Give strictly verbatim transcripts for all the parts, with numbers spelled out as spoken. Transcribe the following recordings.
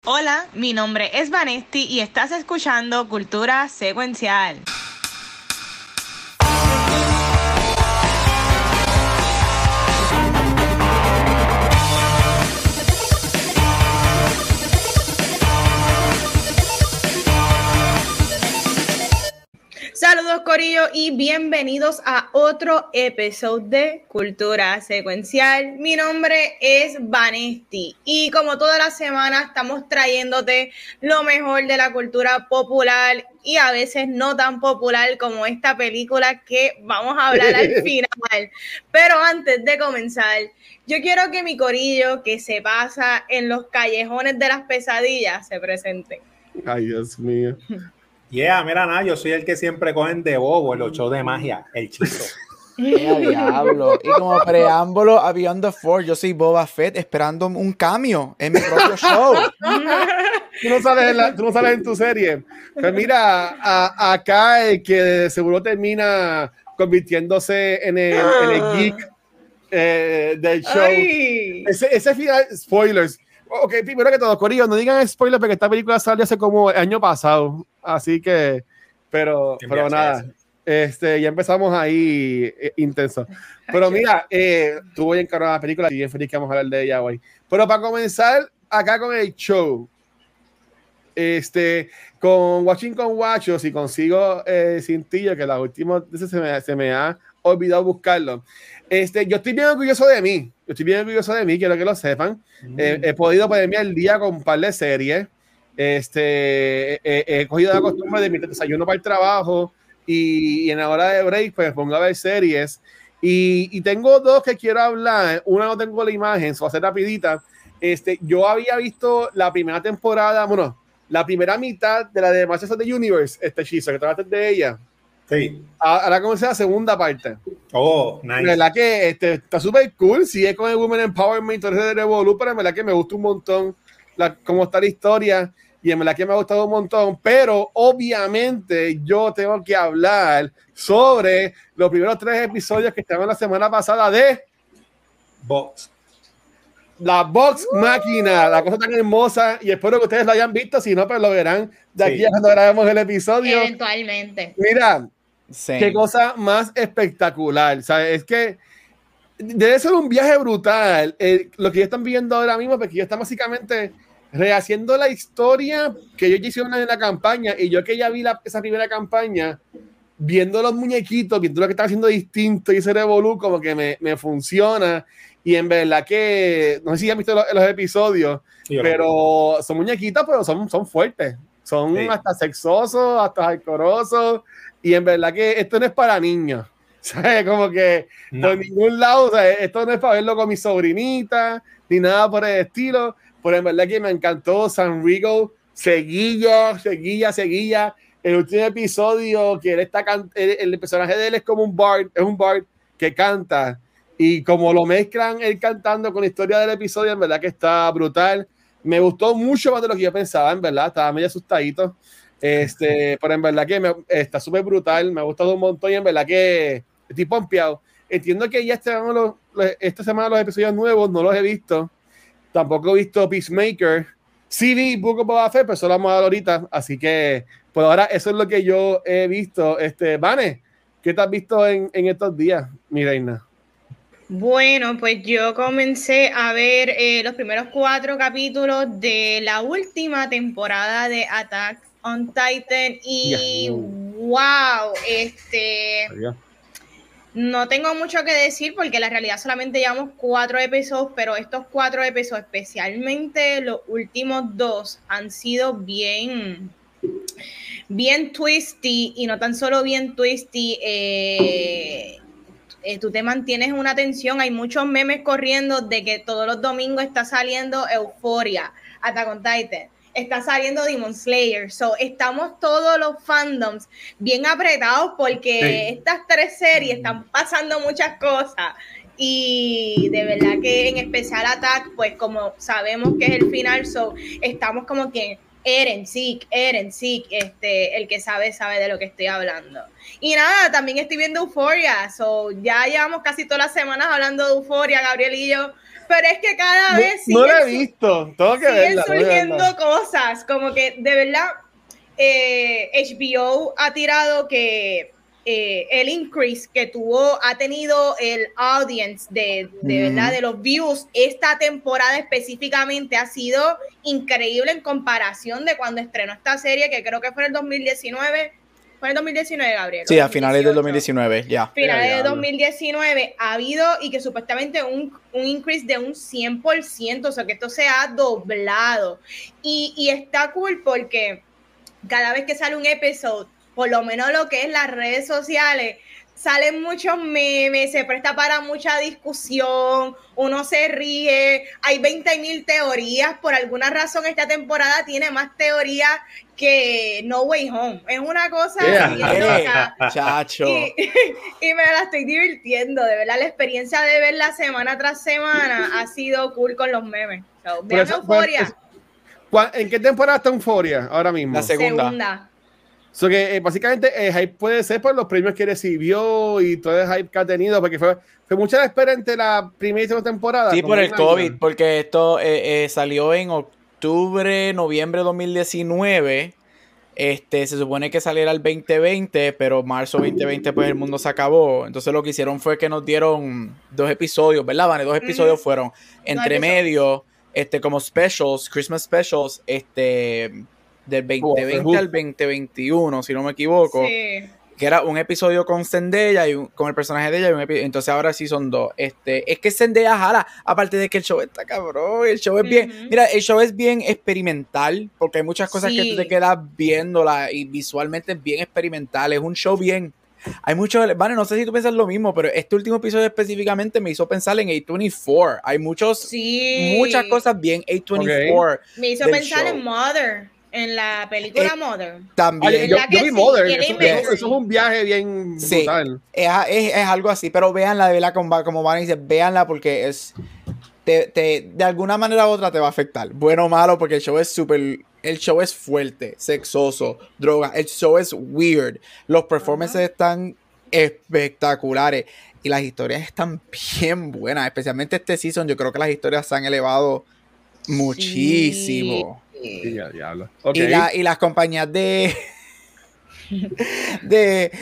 Hola, mi nombre es Vanesti y estás escuchando Cultura Secuencial. Saludos Corillo y bienvenidos a otro episodio de Cultura Secuencial. Mi nombre es Vanesti y como toda la semana estamos trayéndote lo mejor de la cultura popular y a veces no tan popular como esta película que vamos a hablar al final. Pero antes de comenzar, yo quiero que mi corillo que se pasa en los callejones de las pesadillas se presente. Ay, Dios mío. Yeah, mira, nada, yo soy el que siempre cogen de bobo en los shows de magia, el chizo. ¡Qué diablo! Y como preámbulo a Beyond the Force, yo soy Boba Fett esperando un cameo en mi propio show. Tú no sales en, la, tú no sales en tu serie. Pues mira, a, acá el que seguro termina convirtiéndose en el, en el geek eh, del show. Ay. Ese, ese final, spoilers. Ok, primero que todo, Corillo, no digan spoilers porque esta película salió hace como el año pasado. Así que, pero, pero nada. Este, ya empezamos ahí eh, intenso. Pero mira, eh, tú voy a encargar la película y bien feliz que vamos a hablar de ella hoy. Pero para comenzar acá con el show, este, con Watching con Guacho, si consigo eh, Cintillo, que la última veces se me, se me ha olvidado buscarlo. Este, yo estoy bien orgulloso de mí. Yo estoy bien orgulloso de mí, quiero que lo sepan. Mm. Eh, he podido ponerme al día con un par de series. Este, eh, he cogido la costumbre de mi desayuno para el trabajo y, y en la hora de break pues pongo a ver series y, y tengo dos que quiero hablar. Una no tengo la imagen, se va a hacer rapidita. Este, yo había visto la primera temporada, bueno, la primera mitad de la de Masters of the Universe, este hechizo que trataste de ella. Sí. Ahora comencé la segunda parte. Oh, nice. La verdad que este, está súper cool. Si es con el Women Empowerment, todo ese de Revolu, pero en verdad que me gusta un montón la, cómo está la historia. Y en verdad que me ha gustado un montón, pero obviamente yo tengo que hablar sobre los primeros tres episodios que estaban la semana pasada de Box. La Box uh. Máquina, la cosa tan hermosa, y espero que ustedes lo hayan visto, si no, pues lo verán de aquí sí. a cuando grabemos el episodio. Eventualmente. Mira, sí. qué cosa más espectacular, ¿sabes? Es que debe ser un viaje brutal, eh, lo que ya están viendo ahora mismo, porque ya está básicamente rehaciendo la historia que ellos hicieron en la campaña, y yo que ya vi la, esa primera campaña, viendo los muñequitos, viendo lo que están haciendo distinto y ese revolú, como que me, me funciona, y en verdad que, no sé si han visto los, los episodios, sí, pero no. Son muñequitos, pero son, son fuertes, son sí. hasta sexosos, hasta alcorosos, y en verdad que esto no es para niños, ¿sabes? Como que no. Por ningún lado, ¿sabes? Esto no es para verlo con mi sobrinita, ni nada por el estilo. Pero en verdad que me encantó San Rigo, seguilla, seguilla, seguilla. El último episodio, que él está el, el personaje de él es como un bard, es un bard que canta. Y como lo mezclan él cantando con la historia del episodio, en verdad que está brutal. Me gustó mucho más de lo que yo pensaba, en verdad. Estaba medio asustadito. Este, pero en verdad que me, está súper brutal. Me ha gustado un montón y en verdad que estoy pompeado. Entiendo que ya este, los, esta semana los episodios nuevos no los he visto. Tampoco he visto Peacemaker. Sí vi Book of Boba Fett, pero eso lo vamos a dar ahorita. Así que, pues ahora eso es lo que yo he visto. Este, Vane, ¿qué te has visto en, en estos días, mi reina? Bueno, pues yo comencé a ver eh, los primeros cuatro capítulos de la última temporada de Attack on Titan y yeah. wow, este... Yeah. No tengo mucho que decir porque la realidad solamente llevamos cuatro episodios, pero estos cuatro episodios, especialmente los últimos dos, han sido bien, bien twisty y no tan solo bien twisty, eh, eh, tú te mantienes una tensión. Hay muchos memes corriendo de que todos los domingos está saliendo Euphoria, Attack on Titan. Está saliendo Demon Slayer, so estamos todos los fandoms bien apretados porque sí. Estas tres series están pasando muchas cosas y de verdad que en especial Attack, pues como sabemos que es el final, so estamos como que Eren, Zeke, Eren, Zeke, este, el que sabe, sabe de lo que estoy hablando. Y nada, también estoy viendo Euphoria, so ya llevamos casi todas las semanas hablando de Euphoria, Gabriel y yo. pero es que cada No, vez no la he siguen, visto. Tengo que siguen verla. tengo que surgiendo verla. cosas, como que de verdad eh, H B O ha tirado que eh, el increase que tuvo, ha tenido el audience de, de Mm. verdad, de los views esta temporada específicamente ha sido increíble en comparación de cuando estrenó esta serie, que creo que fue en el dos mil diecinueve. Fue en el dos mil diecinueve, Gabriel. Sí, a finales del dos mil diecinueve, ya. Finales Ya, de ya, dos mil diecinueve ha habido y que supuestamente un, un increase de un cien por ciento, o sea que esto se ha doblado. Y, y está cool porque cada vez que sale un episodio, por lo menos lo que es las redes sociales, salen muchos memes, se presta para mucha discusión, uno se ríe, hay veinte mil teorías, por alguna razón esta temporada tiene más teorías que No Way Home, es una cosa Yeah. bien Hey, loca. chacho. Y, y me la estoy divirtiendo, de verdad, la experiencia de verla semana tras semana ha sido cool con los memes. So, Por vean eso- por- Euphoria, es- ¿cuál- ¿En qué temporada está Euphoria ahora mismo? La segunda. segunda. So que eh, básicamente el hype puede ser por los premios que recibió y todo el hype que ha tenido, porque fue, fue mucha la espera entre la primera y segunda temporada. Sí, como por el un año. COVID, porque esto eh, eh, salió en octubre, noviembre de dos mil diecinueve. Este, se supone que saliera el veinte veinte, pero marzo veinte veinte pues el mundo se acabó. Entonces lo que hicieron fue que nos dieron dos episodios, ¿verdad, Vane? Dos episodios Ujú. fueron entre episodios. medio, este, como specials, Christmas specials, este, del veinte veinte Oh, al veinte veintiuno, si no me equivoco. Sí. Que era un episodio con Zendaya y un, con el personaje de ella y un epi- entonces ahora sí son dos. Este, es que Zendaya jala, aparte de que el show está cabrón, el show es bien, Ujú. mira, el show es bien experimental, porque hay muchas cosas que Sí. tú te quedas viéndola y visualmente es bien experimental, es un show bien, hay mucho, vale, no sé si tú piensas lo mismo, pero este último episodio específicamente me hizo pensar en A veinticuatro, hay muchos, Sí. muchas cosas bien A veinticuatro. Me hizo del pensar show. en Mother, en la película Eh, Mother. También. Oye, yo, ¿Verdad yo que vi sí? Mother, Y el eso, imagery. eso- eso es un viaje bien Sí, brutal. es, es, es algo así, pero véanla de verdad, como, como van a decir, véanla porque es, te, te, de alguna manera u otra te va a afectar, bueno o malo, porque el show es súper, el show es fuerte, sexoso, droga, el show es weird, los performances Ajá. están espectaculares y las historias están bien buenas, especialmente este season, yo creo que las historias se han elevado muchísimo. Sí, ya, diablo. Ok. Y, la, y las compañías de de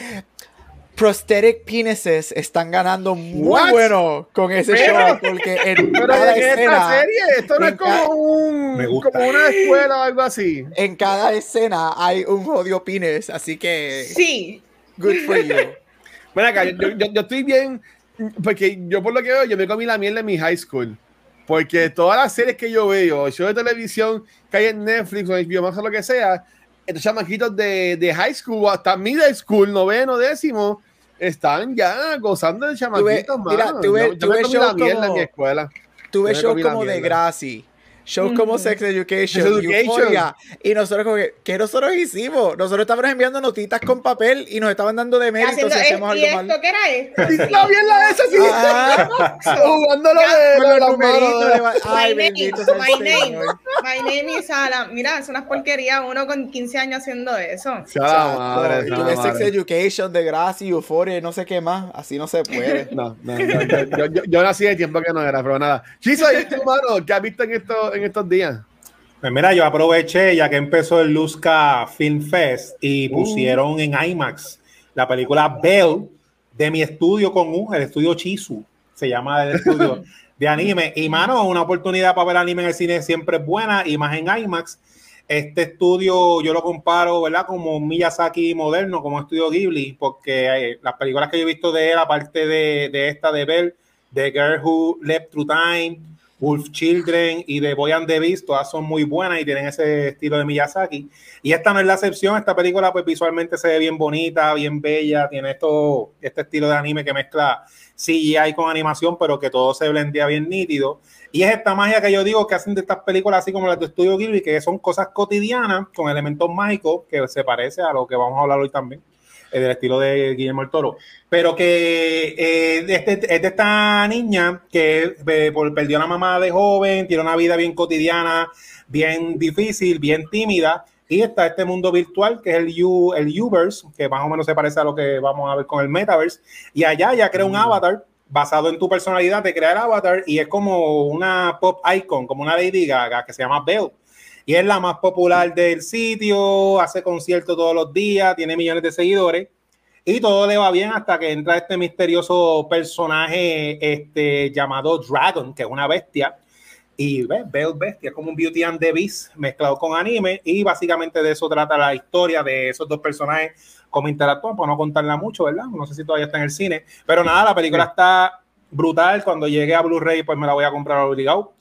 prosthetic penises están ganando muy What? bueno con ese Pero- show porque en Pero cada ¿de qué es esta escena serie? Esto no en es como, un, Me gusta. como una escuela o algo así. en cada escena hay un jodido penis, así que Sí. good for you. Bueno, acá, yo, yo, yo estoy bien, porque yo por lo que veo, yo me comí la mierda en mi high school. Porque todas las series que yo veo, shows de televisión que hay en Netflix o en H B O Max o lo que sea, estos chamaquitos de, de high school o hasta middle school, noveno, décimo, están ya gozando de chamaquitos, Tuve- mira, mano. tuve- yo, yo tuve me comí la shows mierda como- en mi escuela. Tuve Yo me shows comí la como de mierda. Gracie, shows como Ujú. Sex Education, Sex Education. Euphoria, y nosotros como que, ¿qué nosotros hicimos? Nosotros estábamos enviando notitas con papel y nos estaban dando de méritos Haciendo si hacemos esto, ¿y algo esto mal. qué era esto? Y la mierda de esa sí. Ajá. Jugando lo Ya, de, Con lo de los las numeritos manos. de ba- Ay, My name, bendito sea el my name, Señor. my name is Alan. Mira, es una porquería uno con quince años haciendo eso. Sea la madre, Chato, y sea tuve la Sex madre. Education de Gracie, Euphoria y no sé qué más. Así no se puede. No, no, no, yo, yo, yo, yo nací de tiempo que no era, pero nada. Chizo, ¿y tú, mano? ¿Qué has visto en, esto, en estos días? Pues mira, yo aproveché ya que empezó el Luzca Film Fest y Uh. pusieron en IMAX la película Belle de mi estudio con U, el estudio Chizu, se llama el estudio de anime. Y mano, una oportunidad para ver anime en el cine siempre es buena y más en IMAX. Este estudio yo lo comparo, ¿verdad? Como un Miyazaki moderno, como estudio Ghibli, porque eh, las películas que yo he visto de él, aparte de, de esta de Belle, de Girl Who Leapt Through Time, Wolf Children y The Boy and the Beast, todas son muy buenas y tienen ese estilo de Miyazaki. Y esta no es la excepción, esta película pues visualmente se ve bien bonita, bien bella, tiene esto, este estilo de anime que mezcla C G I con animación, pero que todo se blendea bien nítido. Y es esta magia que yo digo que hacen de estas películas así como las de Estudio Ghibli, que son cosas cotidianas con elementos mágicos que se parece a lo que vamos a hablar hoy también, eh, del estilo de Guillermo del Toro. Pero que eh, este, es de esta niña que eh, por, perdió a la mamá de joven, tiene una vida bien cotidiana, bien difícil, bien tímida, y está este mundo virtual que es el, U, el Uverse, que más o menos se parece a lo que vamos a ver con el Metaverse, y allá ya crea un avatar basado en tu personalidad, te crea el avatar y es como una pop icon, como una Lady Gaga que se llama Belle. Y es la más popular del sitio, hace conciertos todos los días, tiene millones de seguidores y todo le va bien hasta que entra este misterioso personaje este, llamado Dragon, que es una bestia. Y ves, Belle Bestia, es como un Beauty and the Beast mezclado con anime y básicamente de eso trata la historia de esos dos personajes, cómo interactúan, para no contarla mucho, ¿verdad? No sé si todavía está en el cine, pero nada, la película sí. Está brutal. Cuando llegue a Blu-ray pues me la voy a comprar obligado.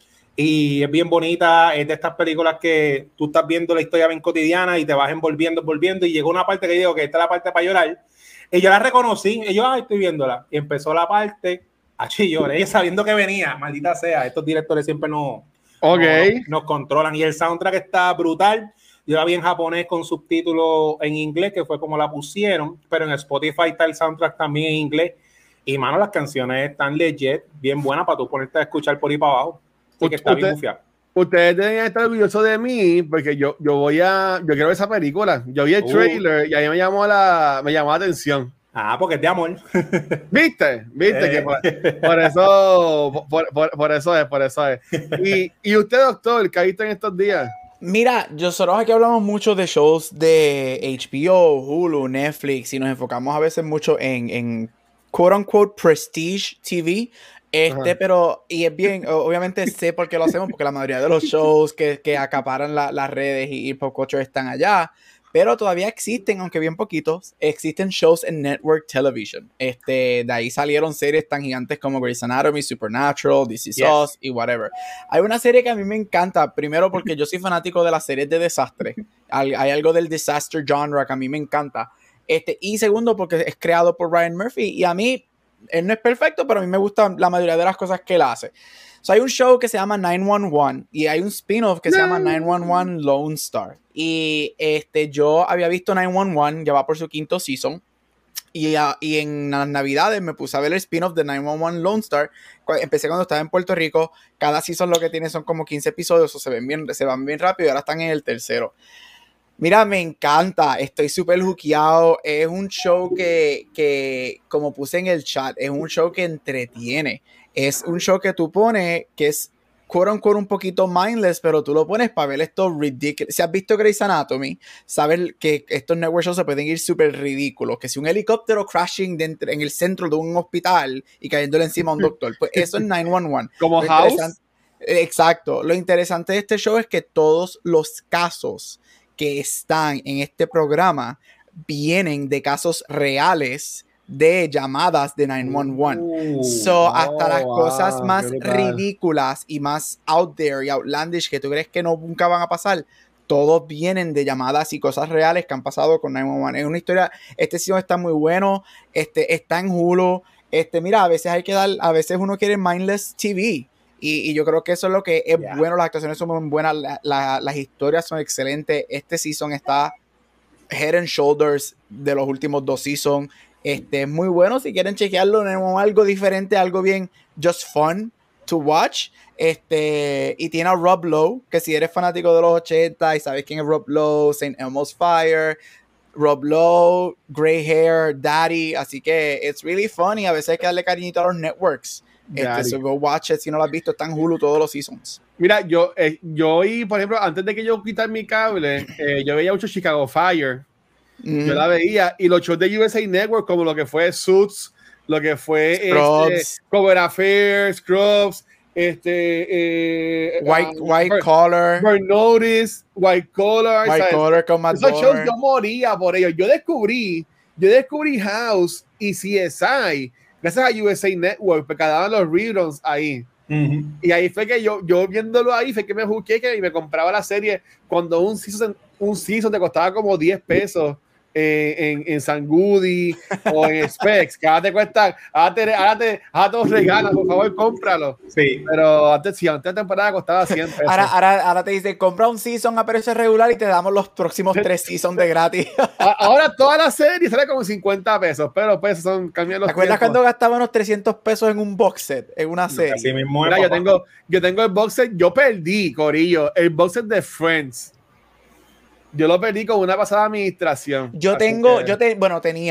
Y es bien bonita, es de estas películas que tú estás viendo la historia bien cotidiana y te vas envolviendo, envolviendo, y llegó una parte que digo que esta es la parte para llorar, y yo la reconocí, y yo, ay, estoy viéndola, y empezó la parte, achí, lloré, sabiendo que venía, maldita sea, estos directores siempre nos, okay. nos, nos controlan, y el soundtrack está brutal. Yo la vi en japonés con subtítulos en inglés, que fue como la pusieron, pero en Spotify está el soundtrack también en inglés, y mano, las canciones están legit, bien buenas para tú ponerte a escuchar por ahí para abajo. Sí, que está Usted, bien bufiado. Ustedes deben estar orgullosos de mí porque yo, yo voy a, yo quiero ver esa película. Yo vi el uh. trailer y ahí me llamó la, me llamó la atención. Ah, porque es de amor. ¿Viste? ¿Viste? Eh. Que por, por eso, por, por, por eso es, por eso es. Y, y usted, doctor, ¿qué ha visto en estos días? Mira, nosotros aquí hablamos mucho de shows de H B O, Hulu, Netflix, y nos enfocamos a veces mucho en, en quote unquote prestige T V. Este, Ajá. Pero, y es bien, obviamente sé por qué lo hacemos, porque la mayoría de los shows que, que acaparan la, las redes y, y pop culture están allá, pero todavía existen, aunque bien poquitos, existen shows en network television. Este, de ahí salieron series tan gigantes como Grey's Anatomy, Supernatural, This Is yes. Us y whatever. Hay una serie que a mí me encanta, primero porque yo soy fanático de las series de desastre. Hay, hay algo del disaster genre que a mí me encanta. Este, y segundo porque es creado por Ryan Murphy y a mí él no es perfecto, pero a mí me gusta la mayoría de las cosas que él hace. So, hay un show que se llama nueve once y hay un spin-off que no. se llama nueve once Lone Star. Y este, yo había visto nueve once, ya va por su quinto season. Y, uh, y en las navidades me puse a ver el spin-off de nueve once Lone Star. Empecé cuando estaba en Puerto Rico. Cada season lo que tiene son como quince episodios, o se ven bien, se van bien rápido y ahora están en el tercero. Mira, me encanta, estoy súper juqueado, es un show que, que, como puse en el chat, es un show que entretiene, es un show que tú pones, que es quote unquote un poquito mindless, pero tú lo pones para ver esto ridículo. Si has visto Grey's Anatomy, sabes que estos network shows se pueden ir súper ridículos, que si un helicóptero crashing dentro, en el centro de un hospital y cayéndole encima a un doctor, pues eso es nueve once. Como House. Exacto, lo interesante de este show es que todos los casos que están en este programa vienen de casos reales de llamadas de nueve once. Uh, so, hasta oh, las wow, cosas más ridículas y más out there y outlandish que tú crees que no, nunca van a pasar, todos vienen de llamadas y cosas reales que han pasado con nueve once. Es una historia, este season está muy bueno, este, está en Hulu. Este, mira, a veces hay que dar, a veces uno quiere mindless T V. Y, y yo creo que eso es lo que es yeah. bueno. Las actuaciones son muy buenas, la, la, las historias son excelentes. Este season está head and shoulders de los últimos dos seasons. Este es muy bueno. Si quieren chequearlo, algo diferente, algo bien just fun to watch. Este, y tiene a Rob Lowe, que si eres fanático de los ochenta y sabes quién es Rob Lowe, Saint Elmo's Fire, Rob Lowe, Grey Hair, Daddy. Así que it's really funny. A veces hay que darle cariñito a los networks. Este, so go watch it, si no lo has visto, está en Hulu todos los seasons. Mira, yo, eh, yo y por ejemplo, antes de que yo quitar mi cable, eh, yo veía mucho Chicago Fire. Mm. Yo la veía, y los shows de U S A Network, como lo que fue Suits, lo que fue este, Cover Affair, Scrubs, este, eh, White, um, white Burn, Collar, Burn Notice, White Collar, White ¿sabes? Collar con Matt Esos shows yo moría por ellos. Yo descubrí, yo descubrí House y C S I gracias a U S A Network, porque daban los reruns ahí. Uh-huh. Y ahí fue que yo, yo viéndolo ahí, fue que me busqué que y me compraba la serie cuando un season, un season te costaba como diez pesos eh, en, en San Goody o en Specs, que ahora te cuesta, ahora te, ahora te, ahora te los regalan, por favor, cómpralo. Sí. Pero antes, sí, antes de temporada costaba cien pesos. Ahora, ahora, ahora te dice, compra un season a precio regular y te damos los próximos tres seasons de gratis. Ahora toda la serie sale como cincuenta pesos, pero pues son cambian los ¿Te acuerdas tiempos? Cuando gastábamos trescientos pesos en un box set, en una serie? Así mismo. Mira, yo tengo, yo tengo el box set, yo perdí, Corillo, el box set de Friends. Yo lo perdí con una pasada administración. Yo Así tengo, que... yo te, bueno, tenía,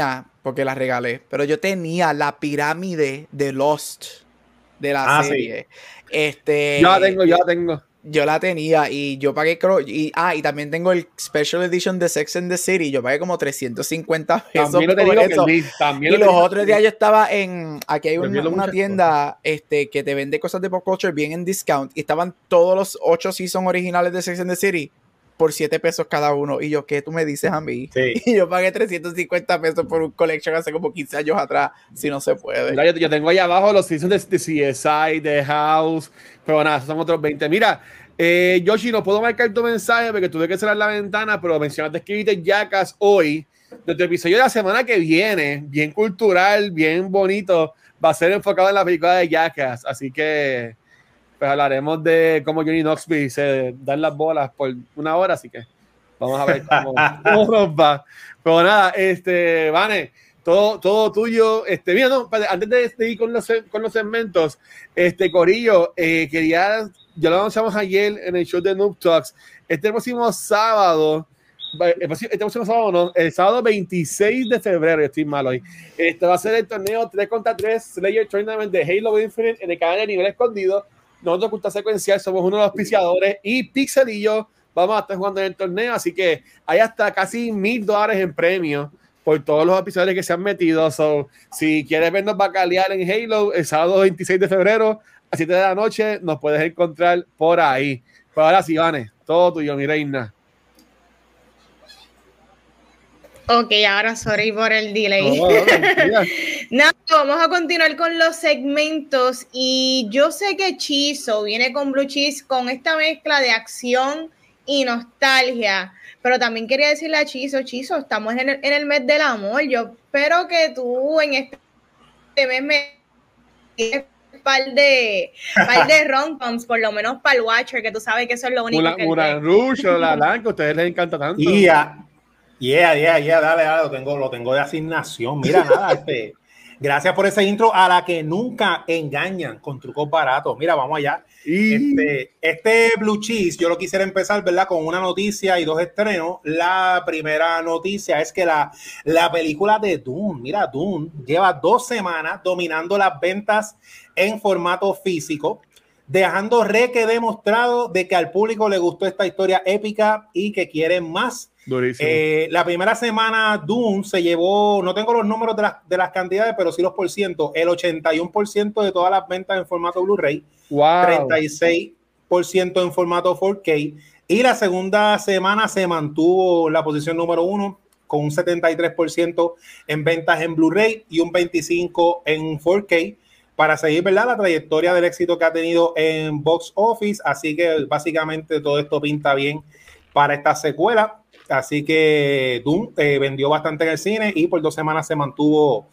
porque la regalé, pero yo tenía la pirámide de Lost de la ah, serie. Sí. Este, yo la tengo, yo la tengo. Yo la tenía y yo pagué, creo, y, ah, y también tengo el Special Edition de Sex and the City. Yo pagué como trescientos cincuenta pesos También lo por digo, eso. Luis, también Y lo los digo, otros días yo estaba en, aquí hay un, una tienda cosas. este, que te vende cosas de pop culture bien en discount y estaban todos los ocho seasons originales de Sex and the City por siete pesos cada uno. Y yo, ¿qué tú me dices a mí? Sí. Y yo pagué trescientos cincuenta pesos por un collection hace como quince años atrás, si no se puede. Mira, yo, yo tengo ahí abajo los seasons de, de C S I, de House, pero nada, son otros veinte. Mira, eh, Yoshi, no puedo marcar tu mensaje porque tuve que cerrar la ventana, pero mencionaste que viste Jackass hoy. Nuestro episodio de la semana que viene, bien cultural, bien bonito, va a ser enfocado en la película de Jackass, así que pues hablaremos de cómo Johnny Knoxville se dan las bolas por una hora, así que vamos a ver cómo, cómo nos va. Pero nada, este, Vane, todo, todo tuyo. Este, mira, no, antes de, de ir con los, con los segmentos, este, Corillo, eh, quería, ya lo anunciamos ayer en el show de Noob Talks, este próximo sábado, este próximo sábado, no, el sábado veintiséis de febrero, yo estoy mal hoy, este va a ser el torneo tres contra tres Slayer Tournament de Halo Infinite en el canal de Nivel Escondido. Nosotros, Cultura Secuencial, somos uno de los auspiciadores y Pixel y yo vamos a estar jugando en el torneo, así que hay hasta casi mil dólares en premios por todos los episodios que se han metido. So, si quieres vernos bacalear en Halo el sábado veintiséis de febrero a siete de la noche, nos puedes encontrar por ahí. Pero ahora sí, Vane, todo tuyo, mi reina. Ok, ahora sorry por el delay. Oh, no, vamos a continuar con los segmentos y yo sé que Chizo viene con Blue Cheese con esta mezcla de acción y nostalgia, pero también quería decirle a Chizo, Chizo, estamos en el, en el mes del amor, yo espero que tú en este mes me tienes un par de, par de rom-coms, por lo menos para el Watcher, que tú sabes que eso es lo único una, que una Rouge o La Lan, que a ustedes les encanta tanto. Y ya. Yeah, yeah, yeah, dale, dale, lo tengo, lo tengo de asignación. Mira, nada, este, gracias por ese intro a la que nunca engañan con trucos baratos. Mira, vamos allá. Y... Este, este Blue Cheese, yo lo quisiera empezar, ¿verdad? Con una noticia y dos estrenos. La primera noticia es que la, la película de Dune, mira, Dune lleva dos semanas dominando las ventas en formato físico, dejando re que demostrado de que al público le gustó esta historia épica y que quieren más. Eh, la primera semana Dune se llevó, no tengo los números de las, de las cantidades, pero sí los por ciento, el ochenta y uno por ciento de todas las ventas en formato Blu-ray, wow. treinta y seis por ciento en formato cuatro K, y la segunda semana se mantuvo la posición número uno con un setenta y tres por ciento en ventas en Blu-ray y un veinticinco por ciento en cuatro K, para seguir, ¿verdad?, la trayectoria del éxito que ha tenido en box office. Así que básicamente todo esto pinta bien para esta secuela. Así que Dune eh, vendió bastante en el cine y por dos semanas se mantuvo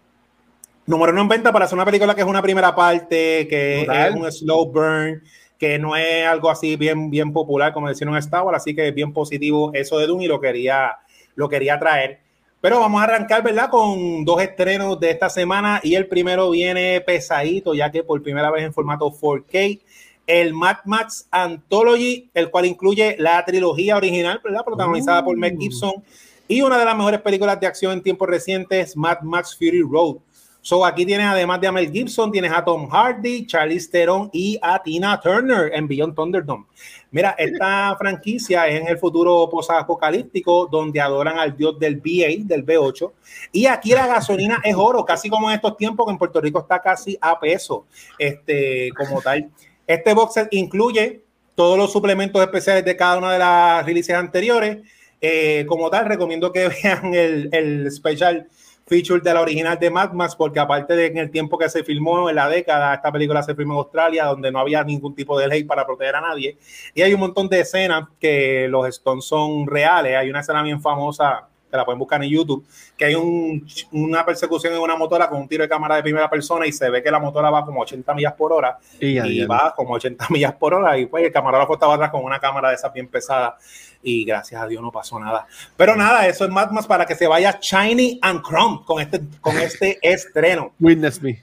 número uno en venta para hacer una película que es una primera parte, que ¿Total? es un slow burn, que no es algo así bien, bien popular como decían en Star Wars. Así que es bien positivo eso de Dune y lo quería, lo quería traer. Pero vamos a arrancar, ¿verdad?, con dos estrenos de esta semana, y el primero viene pesadito, ya que por primera vez en formato cuatro K, el Mad Max Anthology, el cual incluye la trilogía original, ¿verdad?, protagonizada uh. por Mel Gibson, y una de las mejores películas de acción en tiempos recientes, Mad Max Fury Road. So, aquí tienes, además de a Mel Gibson, tienes a Tom Hardy, Charlize Theron y a Tina Turner en Beyond Thunderdome. Mira, esta franquicia es en el futuro posapocalíptico, donde adoran al dios del V ocho, del V ocho, y aquí la gasolina es oro, casi como en estos tiempos que en Puerto Rico está casi a peso, este, como tal. Este box set incluye todos los suplementos especiales de cada una de las releases anteriores. Eh, como tal, recomiendo que vean el, el special feature de la original de Mad Max, porque aparte de en el tiempo que se filmó en la década, esta película se filmó en Australia, donde no había ningún tipo de ley para proteger a nadie, y hay un montón de escenas que los stunts son reales. Hay una escena bien famosa, que la pueden buscar en YouTube, que hay un, una persecución en una motora con un tiro de cámara de primera persona y se ve que la motora va como ochenta millas por hora y, y ya, va ya. como ochenta millas por hora, y pues el camarógrafo estaba atrás con una cámara de esas bien pesada y gracias a Dios no pasó nada. Pero nada, eso es más para que se vaya shiny and chrome con este, con este estreno. Witness me.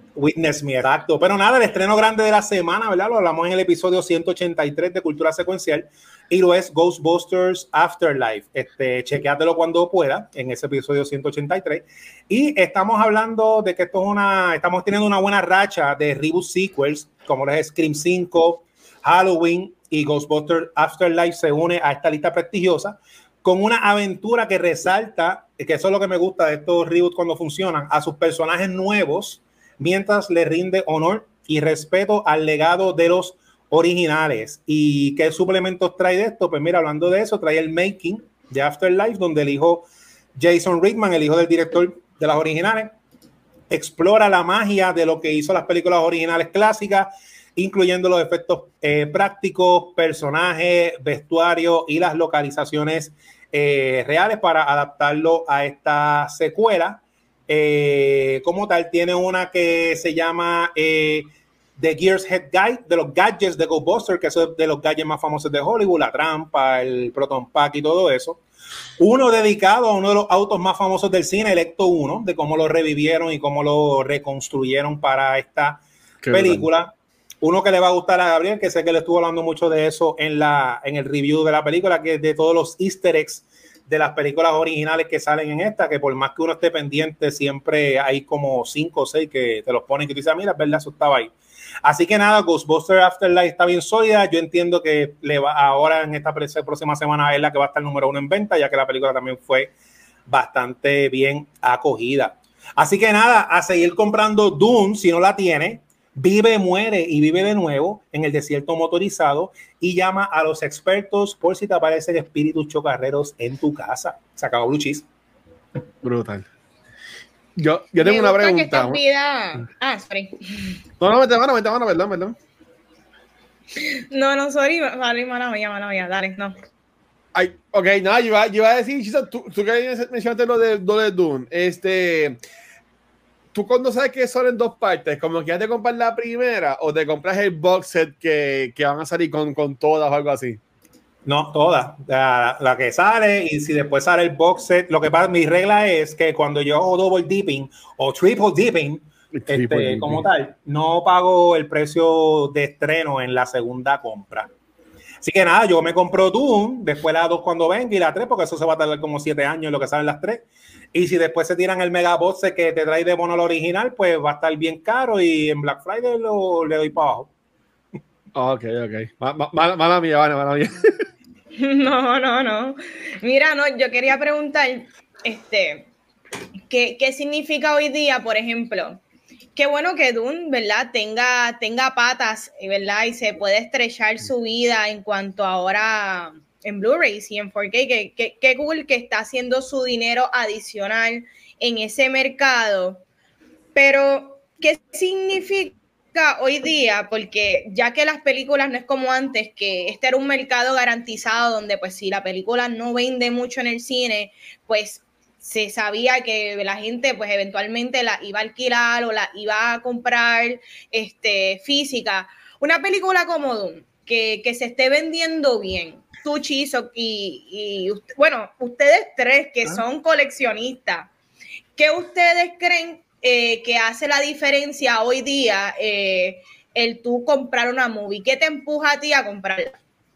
Witness Me, exacto. Pero nada, el estreno grande de la semana, ¿verdad? Lo hablamos en el episodio ciento ochenta y tres de Cultura Secuencial y lo es Ghostbusters Afterlife. Este, chequéatelo cuando pueda en ese episodio ciento ochenta y tres. Y estamos hablando de que esto es una, estamos teniendo una buena racha de reboot sequels, como es Scream cinco, Halloween y Ghostbusters Afterlife se une a esta lista prestigiosa con una aventura que resalta, que eso es lo que me gusta de estos reboots cuando funcionan, a sus personajes nuevos, mientras le rinde honor y respeto al legado de los originales. ¿Y qué suplementos trae de esto? Pues mira, hablando de eso, trae el making de Afterlife, donde el hijo Jason Reitman, el hijo del director de las originales, explora la magia de lo que hizo las películas originales clásicas, incluyendo los efectos eh, prácticos, personajes, vestuario y las localizaciones eh, reales para adaptarlo a esta secuela. Eh, como tal, tiene una que se llama eh, The Gears Head Guide, de los gadgets de Ghostbusters, que es de los gadgets más famosos de Hollywood, la trampa, el Proton Pack y todo eso. Uno dedicado a uno de los autos más famosos del cine, el Ecto uno, de cómo lo revivieron y cómo lo reconstruyeron para esta Qué película. Verdad. Uno que le va a gustar a Gabriel, que sé que le estuvo hablando mucho de eso en, la, en el review de la película, que es de todos los easter eggs de las películas originales que salen en esta, que por más que uno esté pendiente, siempre hay como cinco o seis que te los ponen, que tú dices, mira, es verdad, eso estaba ahí. Así que nada, Ghostbusters Afterlife está bien sólida. Yo entiendo que le va ahora en esta próxima semana es la que va a estar número uno en venta, ya que la película también fue bastante bien acogida. Así que nada, a seguir comprando Dune, si no la tiene. Vive, muere y vive de nuevo en el desierto motorizado y llama a los expertos por si te aparecen espíritus chocarreros en tu casa. Se acabó Blue Cheese. Brutal. Yo, yo tengo una pregunta. ¿No? Vida... Ah, sorry. No, no, mete mano, mete mano, perdón, perdón. No, no, sorry, vale, mano mía, mano mía, dale, no. Ay, ok, no, yo iba, yo iba a decir, Chisa, tú, tú que mencionaste lo de, lo de Dune, este... ¿Tú cuando sabes que son en dos partes, como que ya te compras la primera o te compras el box set que, que van a salir con, con todas o algo así? No, todas. La, la que sale y si después sale el box set, lo que pasa, mi regla es que cuando yo hago double dipping o triple dipping, triple este, dipping. Como tal, no pago el precio de estreno en la segunda compra. Así que nada, yo me compro Dune, después la dos cuando venga y la tres, porque eso se va a tardar como siete años en lo que salen las tres. Y si después se tiran el mega box que te trae de bono el original, pues va a estar bien caro y en Black Friday lo, le doy para abajo. Ok, ok. Mala, mala mía, vale, mala mía. No, no, no. Mira, no, yo quería preguntar, este, ¿qué, qué significa hoy día, por ejemplo? Qué bueno que Dune, ¿verdad? Tenga, tenga patas, ¿verdad? Y se puede estrechar su vida en cuanto ahora en Blu-ray y en cuatro K. Qué, qué, qué cool que está haciendo su dinero adicional en ese mercado. Pero, ¿qué significa hoy día? Porque ya que las películas no es como antes, que este era un mercado garantizado donde pues si la película no vende mucho en el cine, pues se sabía que la gente pues eventualmente la iba a alquilar o la iba a comprar este, física. Una película como Dune, que, que se esté vendiendo bien, tú, Chizo, y, y usted, bueno, ustedes tres que son coleccionistas, ¿qué ustedes creen eh, que hace la diferencia hoy día eh, el tú comprar una movie? ¿Qué te empuja a ti a comprarla?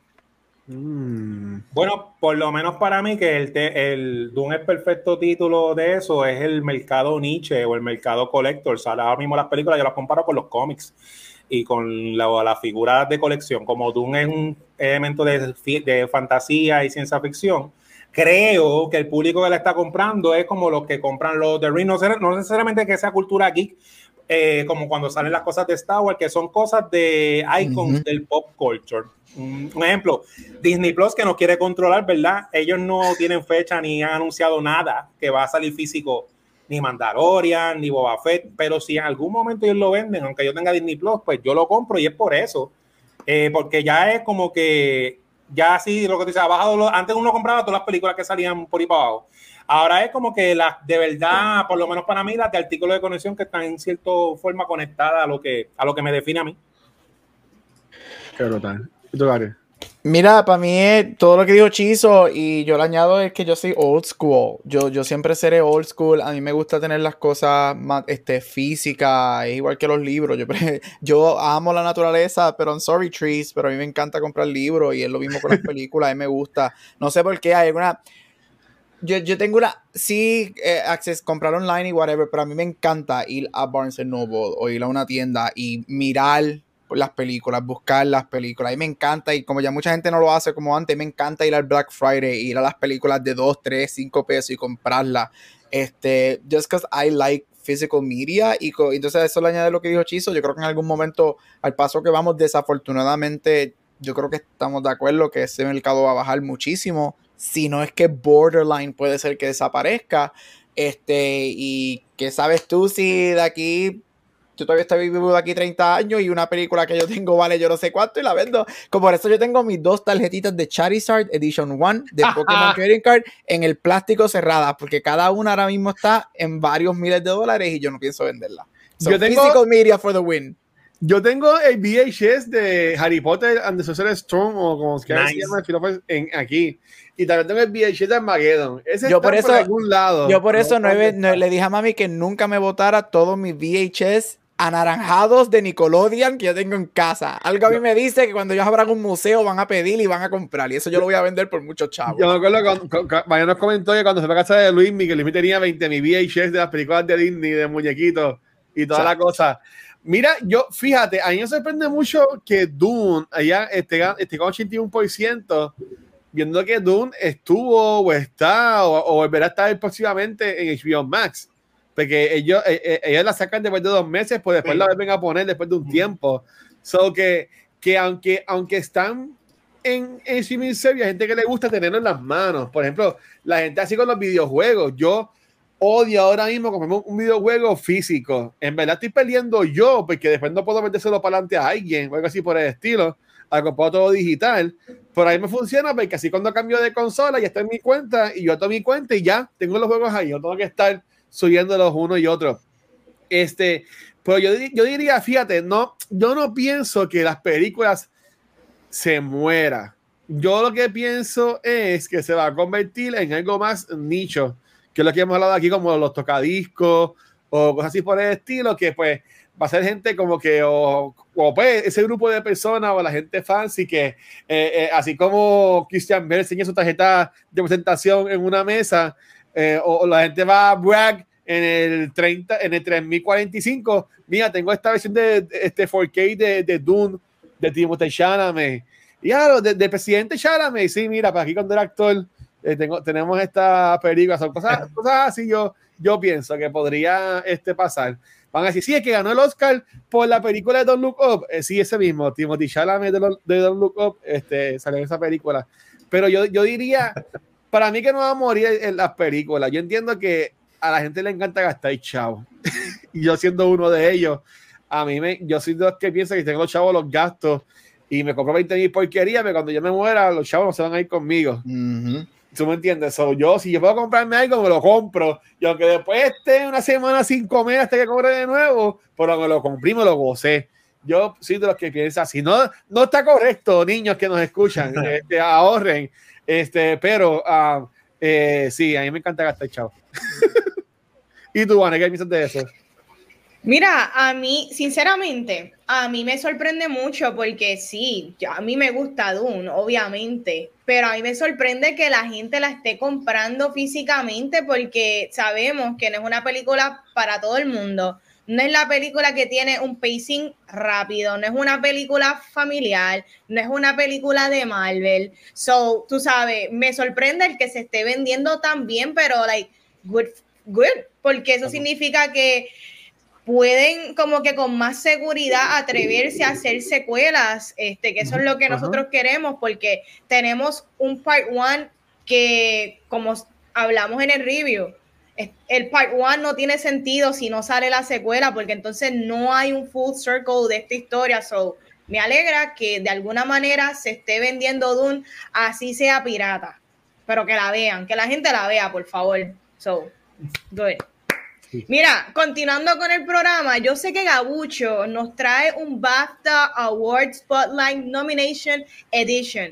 Mm. Bueno, por lo menos para mí que el, el Dune es perfecto título de eso, es el mercado niche o el mercado collector. O sea, ahora mismo las películas yo las comparo con los cómics y con las la figuras de colección. Como Dune es un elemento de, de fantasía y ciencia ficción, creo que el público que la está comprando es como los que compran los The Ring, no, no necesariamente que sea cultura geek, eh, como cuando salen las cosas de Star Wars, que son cosas de icons uh-huh. del pop culture. Un, un ejemplo, Disney Plus, que nos quiere controlar, ¿verdad? Ellos no tienen fecha ni han anunciado nada que va a salir físico, ni Mandalorian, ni Boba Fett, pero si en algún momento ellos lo venden, aunque yo tenga Disney Plus, pues yo lo compro y es por eso, eh, porque ya es como que ya así, lo que te dice, ha bajado, lo, antes uno compraba todas las películas que salían por ahí para abajo, ahora es como que las de verdad, por lo menos para mí, las de artículos de conexión que están en cierta forma conectadas a lo que, a lo que me define a mí. Qué brutal. ¿Y tú, Gary? Mira, para mí es todo lo que dijo Chizo y yo le añado es que yo soy old school. Yo, yo siempre seré old school. A mí me gusta tener las cosas más este, físicas, es igual que los libros. Yo, yo amo la naturaleza, pero I'm sorry trees, pero a mí me encanta comprar libros y es lo mismo con las películas. A mí me gusta. No sé por qué hay alguna... Yo, yo tengo una... Sí, eh, access, comprar online y whatever, pero a mí me encanta ir a Barnes and Noble o ir a una tienda y mirar las películas, buscar las películas. A mí me encanta, y como ya mucha gente no lo hace como antes, me encanta ir al Black Friday, ir a las películas de dos, tres, cinco pesos y comprarlas. Este, just because I like physical media. Y co- entonces eso le añade lo que dijo Chizo. Yo creo que en algún momento, al paso que vamos, desafortunadamente, yo creo que estamos de acuerdo que ese mercado va a bajar muchísimo. Si no es que borderline puede ser que desaparezca. Este, y ¿qué sabes tú si de aquí... Yo todavía estoy vivo de aquí treinta años y una película que yo tengo vale yo no sé cuánto y la vendo. Como por eso yo tengo mis dos tarjetitas de Charizard Edition uno de Pokémon Trading Card en el plástico cerradas, porque cada una ahora mismo está en varios miles de dólares y yo no pienso venderla. So, Yo tengo- physical media for the win. Yo tengo el V H S de Harry Potter and the Sorcerer's Stone, o como se Nice. llama en, aquí. Y también tengo el V H S de Armageddon. Ese Yo está por eso- algún lado. Yo por eso no he- sé no- dónde le dije a mami que nunca me botara todos mis V H S anaranjados de Nickelodeon que yo tengo en casa. Algo a mí me dice que cuando ellos abran un museo van a pedir y van a comprar. Y eso yo lo voy a vender por muchos chavos. Yo me acuerdo cuando, cuando María nos comentó que cuando se fue a casa de Luis, que Luis tenía veinte mil V H S de las películas de Disney, de muñequitos y toda O sea, la cosa. Mira, yo, fíjate, a mí me sorprende mucho que Dune allá esté, esté con ochenta y uno por ciento, viendo que Dune estuvo o está o, o volverá a estar próximamente en H B O Max. Porque ellos, eh, eh, ellos la sacan después de dos meses, pues después Sí. la vuelven a poner después de un tiempo. So que, que aunque, aunque están en, en streaming service, hay gente que le gusta tenerlo en las manos. Por ejemplo, la gente así con los videojuegos. Yo odio ahora mismo comprarme un videojuego físico. En verdad estoy perdiendo yo, porque después no puedo metérselo para adelante a alguien o algo así por el estilo. Al comprar todo digital. Por ahí me funciona, porque así cuando cambio de consola ya está en mi cuenta y yo tomo mi cuenta y ya tengo los juegos ahí. No tengo que estar subiéndolos uno y otro. Este, pero yo, yo diría, fíjate, no, yo no pienso que las películas se mueran. Yo lo que pienso es que se va a convertir en algo más nicho, que es lo que hemos hablado aquí, como los tocadiscos o cosas así por el estilo, que pues va a ser gente como que, o, o pues ese grupo de personas o la gente fancy que, eh, eh, así como Christian Bale enseña su tarjeta de presentación en una mesa, eh, o, o la gente va a brag en el treinta, en el tres mil cuarenta y cinco, mira, tengo esta versión de, de este cuatro K de, de Dune, de Timothée Chalamet, y claro, de, de presidente Chalamet, sí, mira, para aquí cuando era actor, eh, tengo, tenemos esta película, son cosas, cosas así, yo, yo pienso que podría este, pasar. Van a decir, sí, es que ganó el Oscar por la película de Don't Look Up. Eh, sí, ese mismo, Timothée Chalamet de, de Don't Look Up, este, salió en esa película. Pero yo, yo diría, para mí que no va a morir en las películas. Yo entiendo que a la gente le encanta gastar chavo. Y yo siendo uno de ellos, a mí me, yo soy de los que piensan que tengo los chavos los gastos y me compro veinte mil porquerías, pero cuando yo me muera, los chavos no se van a ir conmigo. Uh-huh. ¿Tú me entiendes? So, yo, si yo puedo comprarme algo, me lo compro. Y aunque después esté una semana sin comer hasta que cobre de nuevo, pero me lo compré y me lo gocé. Yo soy de los que piensan así. No, no está correcto, niños que nos escuchan, este, ahorren. Este, pero uh, eh, sí, a mí me encanta gastar chavo. ¿Y tú, Ana, qué piensas de eso? Mira, a mí, sinceramente, a mí me sorprende mucho porque sí, ya a mí me gusta Dune, obviamente, pero a mí me sorprende que la gente la esté comprando físicamente porque sabemos que no es una película para todo el mundo. No es la película que tiene un pacing rápido, no es una película familiar, no es una película de Marvel. So, tú sabes, me sorprende el que se esté vendiendo tan bien, pero like, good, good, porque eso significa que pueden como que con más seguridad atreverse a hacer secuelas, este, que eso es lo que nosotros uh-huh. queremos, porque tenemos un part one que, como hablamos en el review, el part one no tiene sentido si no sale la secuela, porque entonces no hay un full circle de esta historia. So, me alegra que de alguna manera se esté vendiendo Dune, así sea pirata, pero que la vean, que la gente la vea, por favor. So, good. Mira, continuando con el programa, yo sé que Gabucho nos trae un BAFTA Award Spotlight Nomination Edition.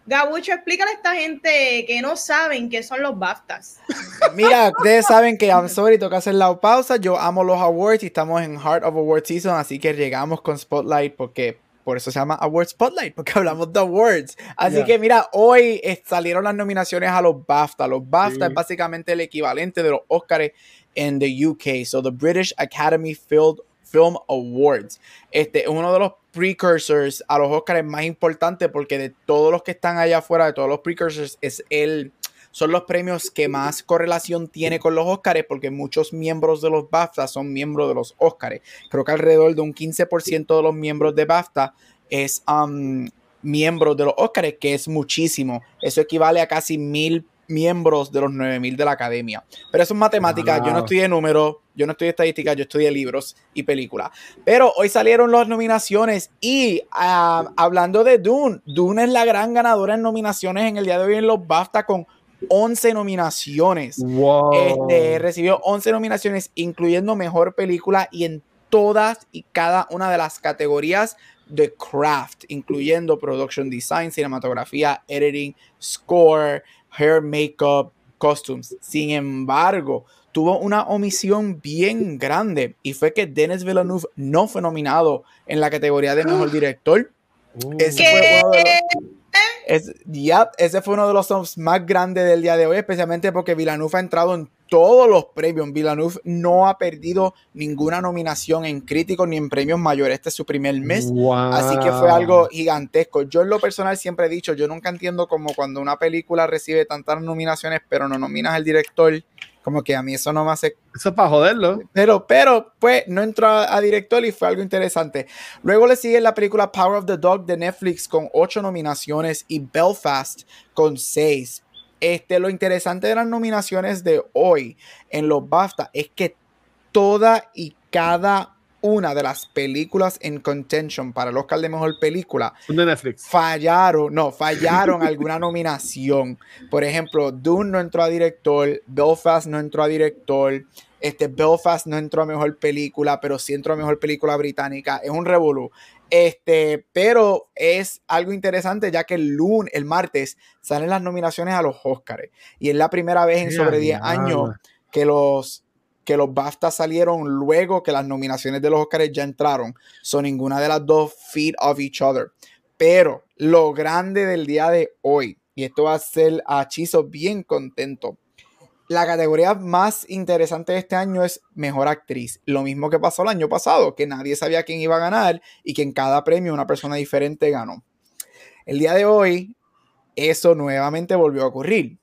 Gabucho, explícale a esta gente que no saben qué son los BAFTAs. Mira, ustedes saben que I'm sorry, toca hacer la pausa. Yo amo los awards y estamos en Heart of Award Season, así que llegamos con Spotlight porque por eso se llama Award Spotlight, porque hablamos de awards. Así yeah. que mira, hoy eh, salieron las nominaciones a los BAFTA. Los BAFTA sí. es básicamente el equivalente de los Oscars en the U K, so the British Academy Film, Film Awards. Este es uno de los precursors a los Oscars más importantes porque de todos los que están allá afuera, de todos los precursors, es el, son los premios que más correlación tiene con los Oscars porque muchos miembros de los BAFTA son miembros de los Oscars. Creo que alrededor de un quince por ciento de los miembros de BAFTA es um, miembros de los Oscars, que es muchísimo. Eso equivale a casi mil miembros de los nueve mil de la academia. Pero eso es matemática, wow. Yo no estudié números, yo no estudié estadística, yo estudié libros y películas. Pero hoy salieron las nominaciones y uh, hablando de Dune, Dune es la gran ganadora en nominaciones en el día de hoy en los BAFTA con once nominaciones. Wow. Este, recibió once nominaciones, incluyendo mejor película y en todas y cada una de las categorías de craft, incluyendo production design, cinematografía, editing, score, hair, makeup, costumes. Sin embargo, tuvo una omisión bien grande y fue que Denis Villeneuve no fue nominado en la categoría de mejor director. Uh. Ese fue uno de los, es, yep, ese fue uno de los songs más grandes del día de hoy, especialmente porque Villeneuve ha entrado en todos los premios. Villeneuve no ha perdido ninguna nominación en críticos ni en premios mayores. Este es su primer mes. Wow. Así que fue algo gigantesco. Yo en lo personal siempre he dicho, yo nunca entiendo como cuando una película recibe tantas nominaciones pero no nominas al director, como que a mí eso no me hace... Eso es para joderlo. Pero, pero, pues, no entró a, a director y fue algo interesante. Luego le sigue la película Power of the Dog de Netflix con ocho nominaciones y Belfast con seis. Este, lo interesante de las nominaciones de hoy en los BAFTA es que toda y cada una de las películas en contention para el Oscar de Mejor Película de Netflix fallaron, no, fallaron alguna nominación. Por ejemplo, Dune no entró a director, Belfast no entró a director, este, Belfast no entró a Mejor Película, pero sí entró a Mejor Película Británica. Es un revolú. Este, pero es algo interesante ya que el lunes, el martes salen las nominaciones a los Oscars y es la primera vez en sobre diez años que los que los BAFTA salieron luego que las nominaciones de los Oscars ya entraron. Son ninguna de las dos feed of each other. Pero lo grande del día de hoy, y esto va a ser a Chizo bien contento, la categoría más interesante de este año es Mejor Actriz. Lo mismo que pasó el año pasado, que nadie sabía quién iba a ganar y que en cada premio una persona diferente ganó. El día de hoy, eso nuevamente volvió a ocurrir.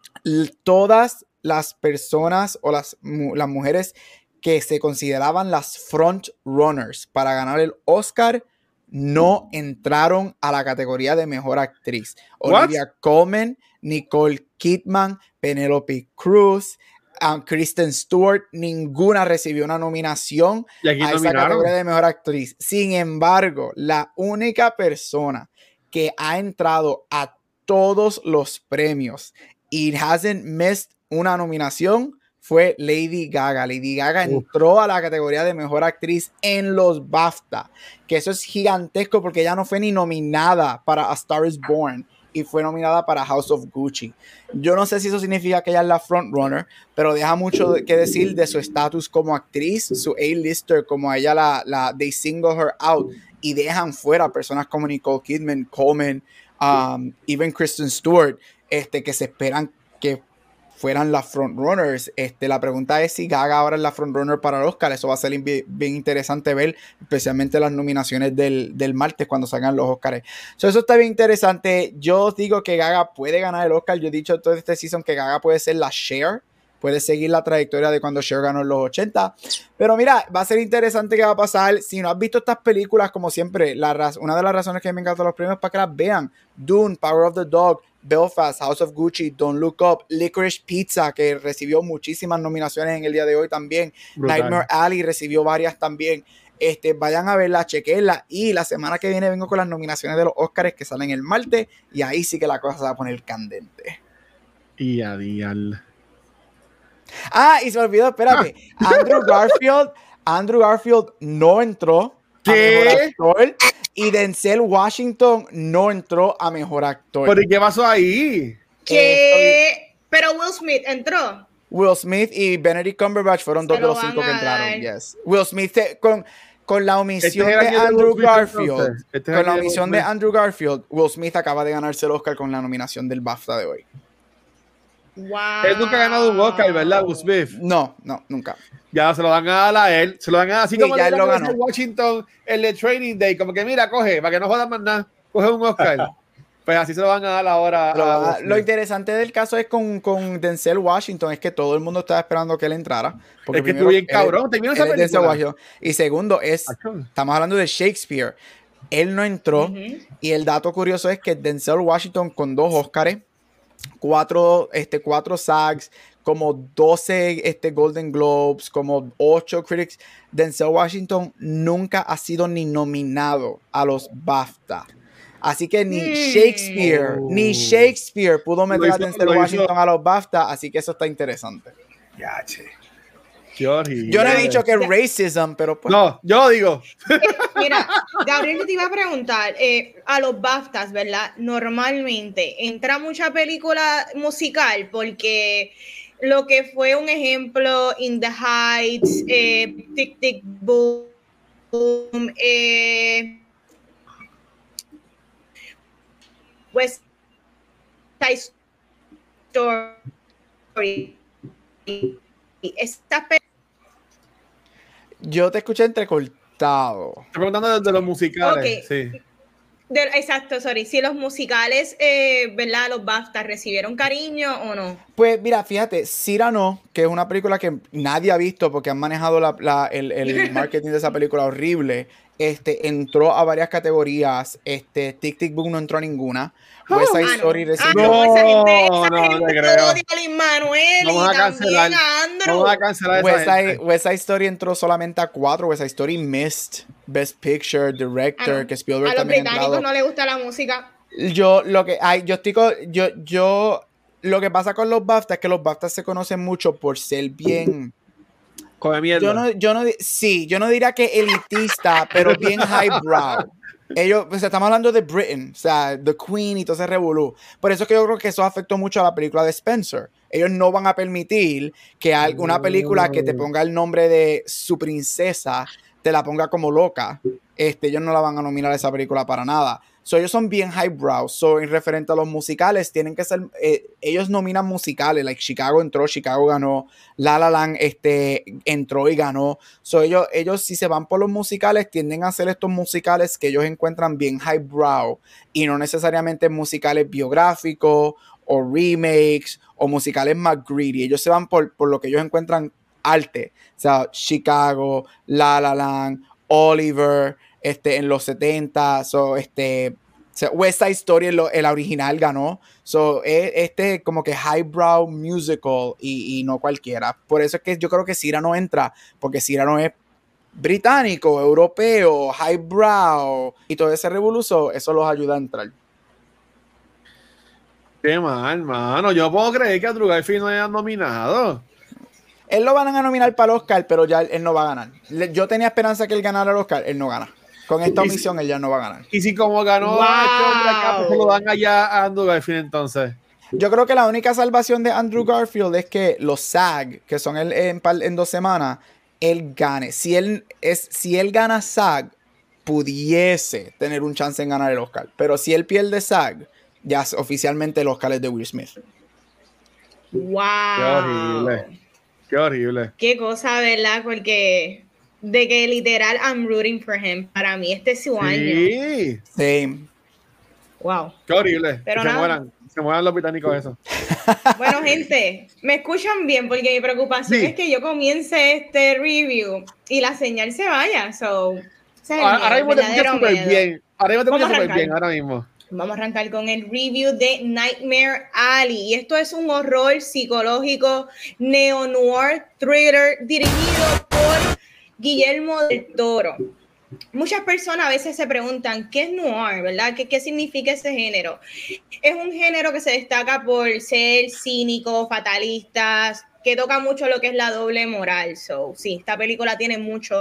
Todas las personas o las, las mujeres que se consideraban las front runners para ganar el Oscar no entraron a la categoría de Mejor Actriz. What? Olivia Colman, Nicole Kidman, Penelope Cruz, um, Kristen Stewart, ninguna recibió una nominación a esa nominaron? categoría de Mejor Actriz. Sin embargo, la única persona que ha entrado a todos los premios y hasn't missed una nominación fue Lady Gaga. Lady Gaga entró a la categoría de Mejor Actriz en los BAFTA, que eso es gigantesco porque ella no fue ni nominada para A Star is Born y fue nominada para House of Gucci. Yo no sé si eso significa que ella es la frontrunner, pero deja mucho que decir de su estatus como actriz, su A-lister, como a ella la, la they single her out y dejan fuera personas como Nicole Kidman, Coleman, um, even Kristen Stewart, este, que se esperan que fueran las frontrunners. Este, la pregunta es si Gaga ahora es la frontrunner para el Oscar. Eso va a ser bien, bien interesante ver, especialmente las nominaciones del, del martes cuando salgan los Oscars. So, eso está bien interesante. Yo os digo que Gaga puede ganar el Oscar. Yo he dicho todo este season que Gaga puede ser la Cher, puede seguir la trayectoria de cuando Cher ganó en los ochenta. Pero mira, va a ser interesante qué va a pasar. Si no has visto estas películas, como siempre, la raz- una de las razones que me encantan los premios es para que las vean. Dune, Power of the Dog, Belfast, House of Gucci, Don't Look Up, Licorice Pizza, que recibió muchísimas nominaciones en el día de hoy también. Brutal. Nightmare Alley recibió varias también. Este, vayan a verla, chequenla. Y la semana que viene vengo con las nominaciones de los Oscars que salen el martes. Y ahí sí que la cosa se va a poner candente. Y a dial. Ah, y se me olvidó, espérate. Andrew Garfield, Andrew Garfield no entró. ¿Qué? Y Denzel Washington no entró a mejor actor. ¿Pero y qué pasó ahí? ¿Qué? Eh, Pero Will Smith entró. Will Smith y Benedict Cumberbatch fueron dos de los cinco que entraron. Yes. Will Smith te, con, con la omisión este de Andrew Garfield. Este con la omisión de Andrew Garfield, Will Smith acaba de ganarse el Oscar con la nominación del BAFTA de hoy. Wow. Él nunca ha ganado un Oscar, ¿verdad, Will Smith? No, no, nunca. Ya se lo van a dar a él. Se lo van a dar así Sí, como ya le él lo dan a ganó. Washington el de Training Day. Como que mira, coge, para que no jodan más nada. Coge un Oscar. Pues así se lo van a dar ahora. Lo, a a, lo interesante del caso es con, con Denzel Washington es que todo el mundo estaba esperando que él entrara. Porque es que primero, estuvo bien cabrón. ¿Te vieron esa él es Denzel película? Washington. Y segundo, es, estamos hablando de Shakespeare. Él no entró. Uh-huh. Y el dato curioso es que Denzel Washington con dos Oscars, cuatro, este, cuatro SAGs, como doce este, Golden Globes, como ocho Critics, Denzel Washington nunca ha sido ni nominado a los BAFTA. Así que ni Mm. Shakespeare, Oh. ni Shakespeare pudo meter Lo a hizo- Denzel lo hizo- Washington a los BAFTA, así que eso está interesante. Ya, che. Qué horrible. Yo no he dicho que es racism, pero pues... No, yo lo digo. Mira, Gabriel, yo te iba a preguntar, eh, a los BAFTAs, ¿verdad? Normalmente entra mucha película musical porque lo que fue un ejemplo, In the Heights, eh, Tic Tic Boom, eh, West Side Story. Estas pe- Yo te escuché entrecortado. Estoy preguntando de, de los musicales. Ok. Sí. De, exacto, sorry. Si los musicales, eh, ¿verdad? Los BAFTA recibieron cariño o no. Pues mira, fíjate, Cyrano, que es una película que nadie ha visto porque han manejado la, la, el, el marketing de esa película horrible, este, entró a varias categorías. Este, Tic Tic Boom no entró a ninguna. West Side Ah, no. Story Ah, recibió... no, esa gente, esa No, no gente te creo. odia a Lin-Manuel Vamos y a también cancelar. a Andrew. Vamos a cancelar esa West Side, gente. West Side Story entró solamente a cuatro. West Side Story missed Best Picture, Director, Ah, no. que Spielberg A los también ha británicos entrado. no les gusta la música. Yo lo que ay, yo estoy co- yo yo lo que pasa con los BAFTA es que los BAFTA se conocen mucho por ser bien Come mierda. yo no yo no di- sí, yo no diría que elitista, pero bien highbrow. Ellos, pues estamos hablando de Britain, o sea, The Queen y todo ese revolú. Por eso es que yo creo que eso afectó mucho a la película de Spencer. Ellos no van a permitir que alguna película que te ponga el nombre de su princesa te la ponga como loca. Este, ellos no la van a nominar a esa película para nada. So, ellos son bien highbrow. So, en referente a los musicales, tienen que ser. Eh, ellos nominan musicales. Like Chicago entró, Chicago ganó. La La Land este, entró y ganó. So, ellos, ellos, si se van por los musicales, tienden a hacer estos musicales que ellos encuentran bien highbrow y no necesariamente musicales biográficos o remakes o musicales más greedy. Ellos se van por, por lo que ellos encuentran arte. O sea, Chicago, La La Land, Oliver. Este, en los setenta, so, este, West Side Story, el, el original ganó. So, es, este como que highbrow musical y, y no cualquiera. Por eso es que yo creo que Cyrano entra, porque Cyrano es británico, europeo, highbrow y todo ese revoluzo, eso los ayuda a entrar. Qué mal, mano. Yo no puedo creer que Andrew Garfield no haya nominado. Él lo van a nominar para el Oscar, pero ya él no va a ganar. Yo tenía esperanza que él ganara el Oscar, él no gana. Con esta Y si- omisión él ya no va a ganar. Y si como ganó Wow. este hombre acá, pues se lo dan allá a Andrew Garfield entonces. Yo creo que la única salvación de Andrew Garfield es que los SAG, que son el, en, par- en dos semanas, él gane. Si él, es, si él gana SAG, pudiese tener un chance en ganar el Oscar. Pero si él pierde SAG, ya es- oficialmente el Oscar es de Will Smith. Wow. Qué horrible. Qué horrible. Qué cosa, ¿verdad? Porque de que literal I'm rooting for him. Para mí este es su año. Sí. Sí. Wow. Qué horrible. Pero que se nada. mueran. Se mueran los británicos eso. Bueno, gente, me escuchan bien porque mi preocupación Sí. es que yo comience este review y la señal se vaya. So, ese es el Ahora, miedo, ahora mismo te verdadero escuchas súper miedo. bien. Ahora mismo te Vamos escuchas a súper arrancar. bien. Ahora mismo. Vamos a arrancar con el review de Nightmare Alley. Y esto es un horror psicológico neo-noir thriller dirigido por Guillermo del Toro. Muchas personas a veces se preguntan, ¿qué es noir, verdad? ¿Qué, qué significa ese género? Es un género que se destaca por ser cínico, fatalista, que toca mucho lo que es la doble moral. So, sí, esta película tiene mucho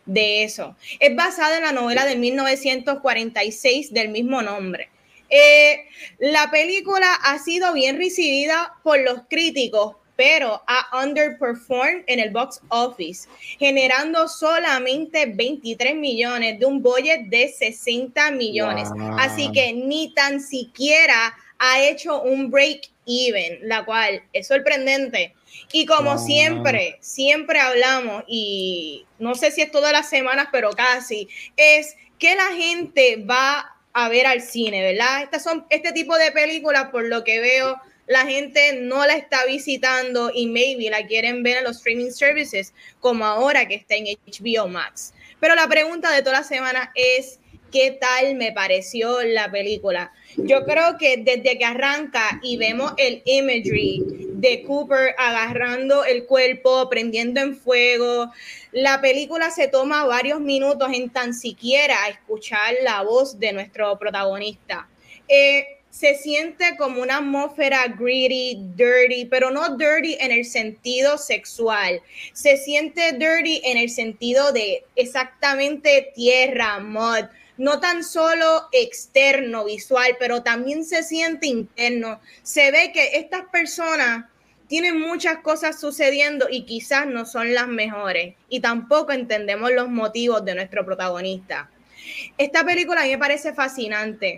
de eso. Es basada en la novela de mil novecientos cuarenta y seis del mismo nombre. Eh, la película ha sido bien recibida por los críticos, pero ha underperformed en el box office, generando solamente veintitrés millones de un budget de sesenta millones. Wow. Así que ni tan siquiera ha hecho un break-even, la cual es sorprendente. Y como wow. siempre, siempre hablamos, y no sé si es todas las semanas, pero casi, es que la gente va a ver al cine, ¿verdad? Estas son este tipo de películas, por lo que veo, la gente no la está visitando y maybe la quieren ver en los streaming services, como ahora que está en H B O Max. Pero la pregunta de toda la semana es, ¿qué tal me pareció la película? Yo creo que desde que arranca y vemos el imagery de Cooper agarrando el cuerpo, prendiendo en fuego, la película se toma varios minutos en tan siquiera escuchar la voz de nuestro protagonista. Eh, se siente como una atmósfera gritty, dirty, pero no dirty en el sentido sexual. Se siente dirty en el sentido de exactamente tierra, mud. No tan solo externo, visual, pero también se siente interno. Se ve que estas personas tienen muchas cosas sucediendo y quizás no son las mejores. Y tampoco entendemos los motivos de nuestro protagonista. Esta película a mí me parece fascinante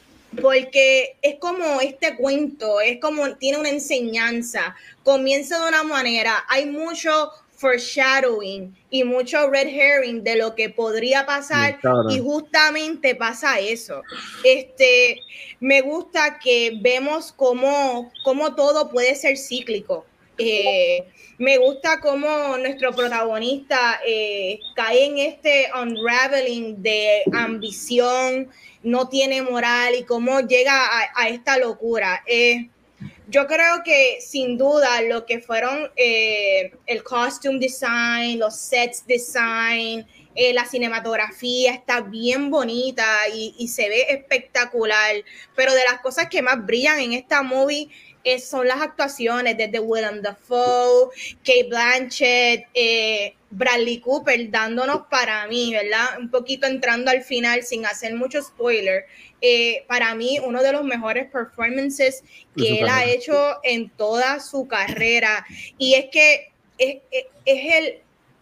porque es como este cuento, es como tiene una enseñanza. Comienza de una manera, hay mucho foreshadowing y mucho red herring de lo que podría pasar y justamente pasa eso. Este, me gusta que vemos cómo, cómo todo puede ser cíclico. Eh, me gusta cómo nuestro protagonista eh, cae en este unraveling de ambición, no tiene moral y cómo llega a, a esta locura. Eh, Yo creo que sin duda lo que fueron eh, el costume design, los sets design, eh, la cinematografía está bien bonita y, y se ve espectacular, pero de las cosas que más brillan en esta movie eh, son las actuaciones desde Willem Dafoe, Cate Blanchett, eh, Bradley Cooper dándonos, para mí, ¿verdad? Un poquito entrando al final sin hacer mucho spoiler, eh, para mí uno de los mejores performances que él ha hecho en toda su carrera. Y es que es, es, es, el,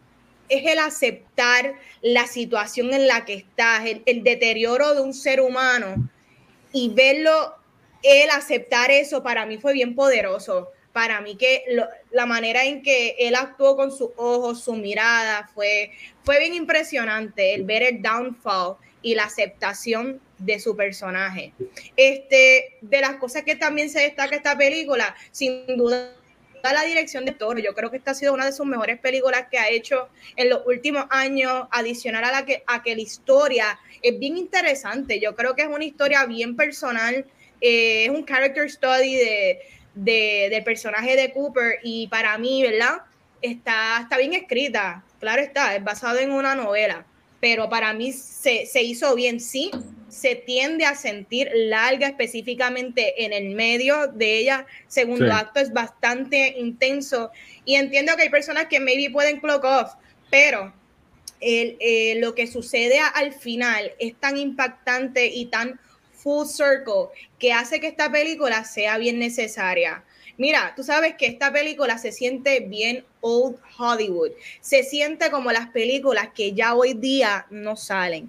es el aceptar la situación en la que estás, el, el deterioro de un ser humano y verlo, él aceptar eso, para mí fue bien poderoso. Para mí que lo, la manera en que él actuó con sus ojos, su mirada, fue, fue bien impresionante, el ver el downfall y la aceptación de su personaje. Este, de las cosas que también se destaca esta película, sin duda la dirección de Toro. Yo creo que esta ha sido una de sus mejores películas que ha hecho en los últimos años, adicional a la que, a que la historia es bien interesante. Yo creo que es una historia bien personal, eh, es un character study de, de, del personaje de Cooper y para mí, ¿verdad? Está, está bien escrita, claro está, es basado en una novela, pero para mí se, se hizo bien. Sí, se tiende a sentir larga, específicamente en el medio de ella. Segundo sí. acto es bastante intenso y entiendo que hay personas que maybe pueden clock off, pero el, eh, lo que sucede al final es tan impactante y tan full circle que hace que esta película sea bien necesaria. Mira, tú sabes que esta película se siente bien old Hollywood, se siente como las películas que ya hoy día no salen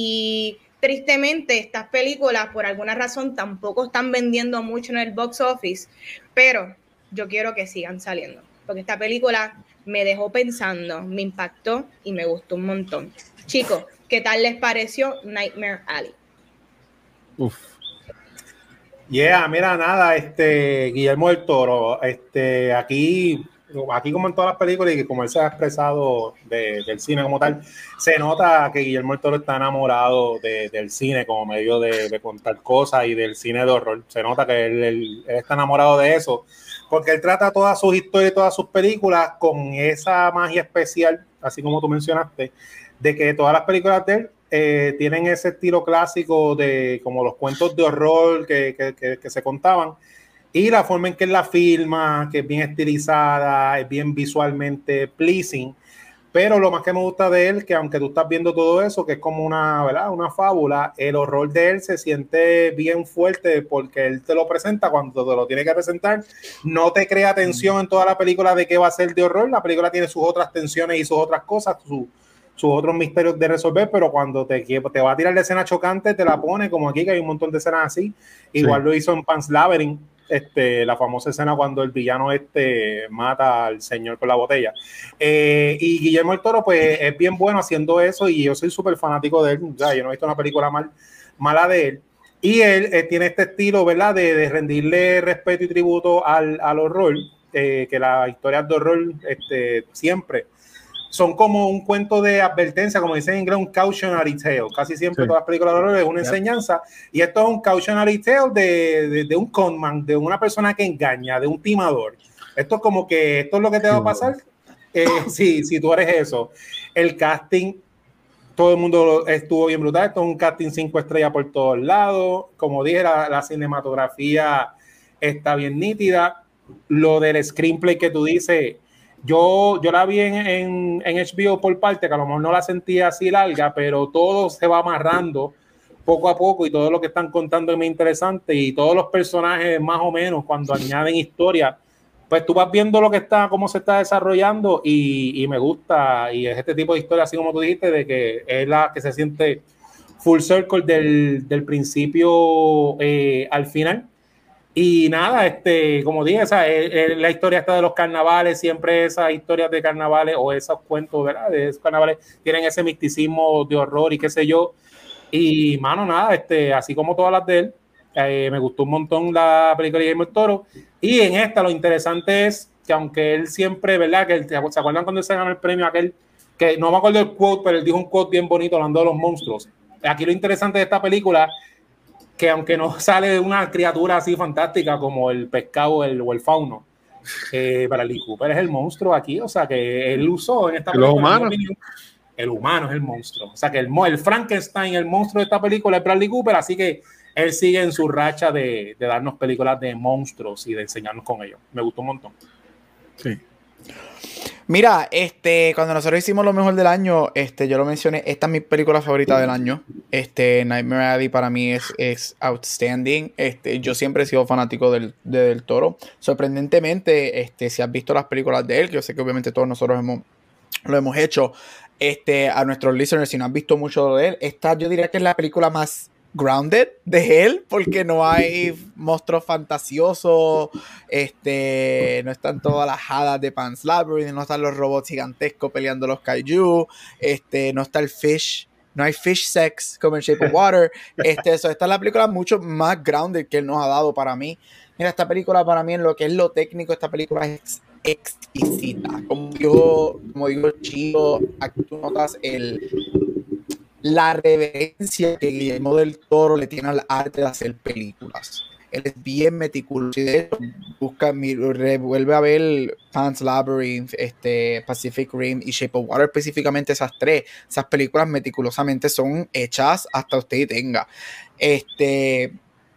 y tristemente estas películas por alguna razón tampoco están vendiendo mucho en el box office, pero yo quiero que sigan saliendo porque esta película me dejó pensando, me impactó y me gustó un montón. Chicos, ¿qué tal les pareció Nightmare Alley? Uf. Yeah, mira, nada, este Guillermo del Toro, este aquí, aquí como en todas las películas y como él se ha expresado de, del cine como tal, se nota que Guillermo del Toro está enamorado de, del cine como medio de, de contar cosas y del cine de horror. Se nota que él, él, él está enamorado de eso, porque él trata todas sus historias y todas sus películas con esa magia especial, así como tú mencionaste, de que todas las películas de él Eh, tienen ese estilo clásico de como los cuentos de horror que, que, que, que se contaban y la forma en que él la filma, que es bien estilizada, es bien visualmente pleasing, pero lo más que me gusta de él, que aunque tú estás viendo todo eso, que es como una, ¿verdad? Una fábula, el horror de él se siente bien fuerte porque él te lo presenta cuando te lo tiene que presentar, no te crea tensión en toda la película de qué va a ser de horror, la película tiene sus otras tensiones y sus otras cosas, su, sus otros misterios de resolver, pero cuando te, te va a tirar la escena chocante, te la pone, como aquí que hay un montón de escenas así, igual sí. Lo hizo en Pan's Labyrinth, Este, la famosa escena cuando el villano este mata al señor con la botella, eh, y Guillermo del Toro pues es bien bueno haciendo eso y yo soy súper fanático de él, o sea, yo no he visto una película mal, mala de él y él eh, tiene este estilo, ¿verdad? De, de rendirle respeto y tributo al, al horror, eh, que las historias de horror este, siempre son como un cuento de advertencia, como dicen en inglés, un cautionary tale. Casi siempre sí. Todas las películas de horror es una yeah. enseñanza, y esto es un cautionary tale de, de, de un conman, de una persona que engaña, de un timador. Esto es como que esto es lo que te va a pasar eh, si, si tú eres eso. El casting, todo el mundo estuvo bien brutal. Esto es un casting cinco estrellas por todos lados. Como dije, la, la cinematografía está bien nítida. Lo del screenplay que tú dices, Yo, yo la vi en, en, en H B O por parte, que a lo mejor no la sentía así larga, pero todo se va amarrando poco a poco y todo lo que están contando es muy interesante y todos los personajes más o menos cuando añaden historia, pues tú vas viendo lo que está, cómo se está desarrollando y, y me gusta, y es este tipo de historia, así como tú dijiste, de que es la que se siente full circle del, del principio eh, al final. Y nada, este, como dije, esa, eh, eh, la historia está de los carnavales, siempre esas historias de carnavales o esos cuentos, ¿verdad? De esos carnavales tienen ese misticismo de horror y qué sé yo. Y, mano, nada, este, así como todas las de él, eh, me gustó un montón la película de Guillermo del Toro. Y en esta lo interesante es que aunque él siempre, ¿verdad? Que él, ¿se acuerdan cuando se ganó el premio aquel? Que no me acuerdo el quote, pero él dijo un quote bien bonito hablando de los monstruos. Aquí lo interesante de esta película, que aunque no sale de una criatura así fantástica como el pescado el, o el fauno, eh, Bradley Cooper es el monstruo aquí, o sea que él usó en esta película, los humanos. Opinión, el humano es el monstruo, o sea que el, el Frankenstein, el monstruo de esta película es Bradley Cooper, así que él sigue en su racha de, de darnos películas de monstruos y de enseñarnos con ellos. Me gustó un montón. Sí. Mira, este, cuando nosotros hicimos lo mejor del año, este, yo lo mencioné, esta es mi película favorita del año. Este, Nightmare Alley para mí es, es outstanding. Este, yo siempre he sido fanático del, de Del Toro. Sorprendentemente, este, si has visto las películas de él, que yo sé que obviamente todos nosotros hemos, lo hemos hecho, este, a nuestros listeners, si no han visto mucho de él, esta yo diría que es la película más grounded de él, porque no hay monstruos fantasiosos, este, no están todas las hadas de Pan's Labyrinth, no están los robots gigantescos peleando los kaiju, este, no está el fish, no hay fish sex como en Shape of Water, este, eso, esta es la película mucho más grounded que él nos ha dado para mí. Mira, esta película para mí en lo que es lo técnico, esta película es exquisita, como dijo, como digo Chico, aquí tú notas el la reverencia que Guillermo del Toro le tiene al arte de hacer películas. Él es bien meticuloso y de hecho busca, vuelve a ver Pan's Labyrinth, este, Pacific Rim y Shape of Water, específicamente esas tres. Esas películas meticulosamente son hechas hasta usted tenga. Este,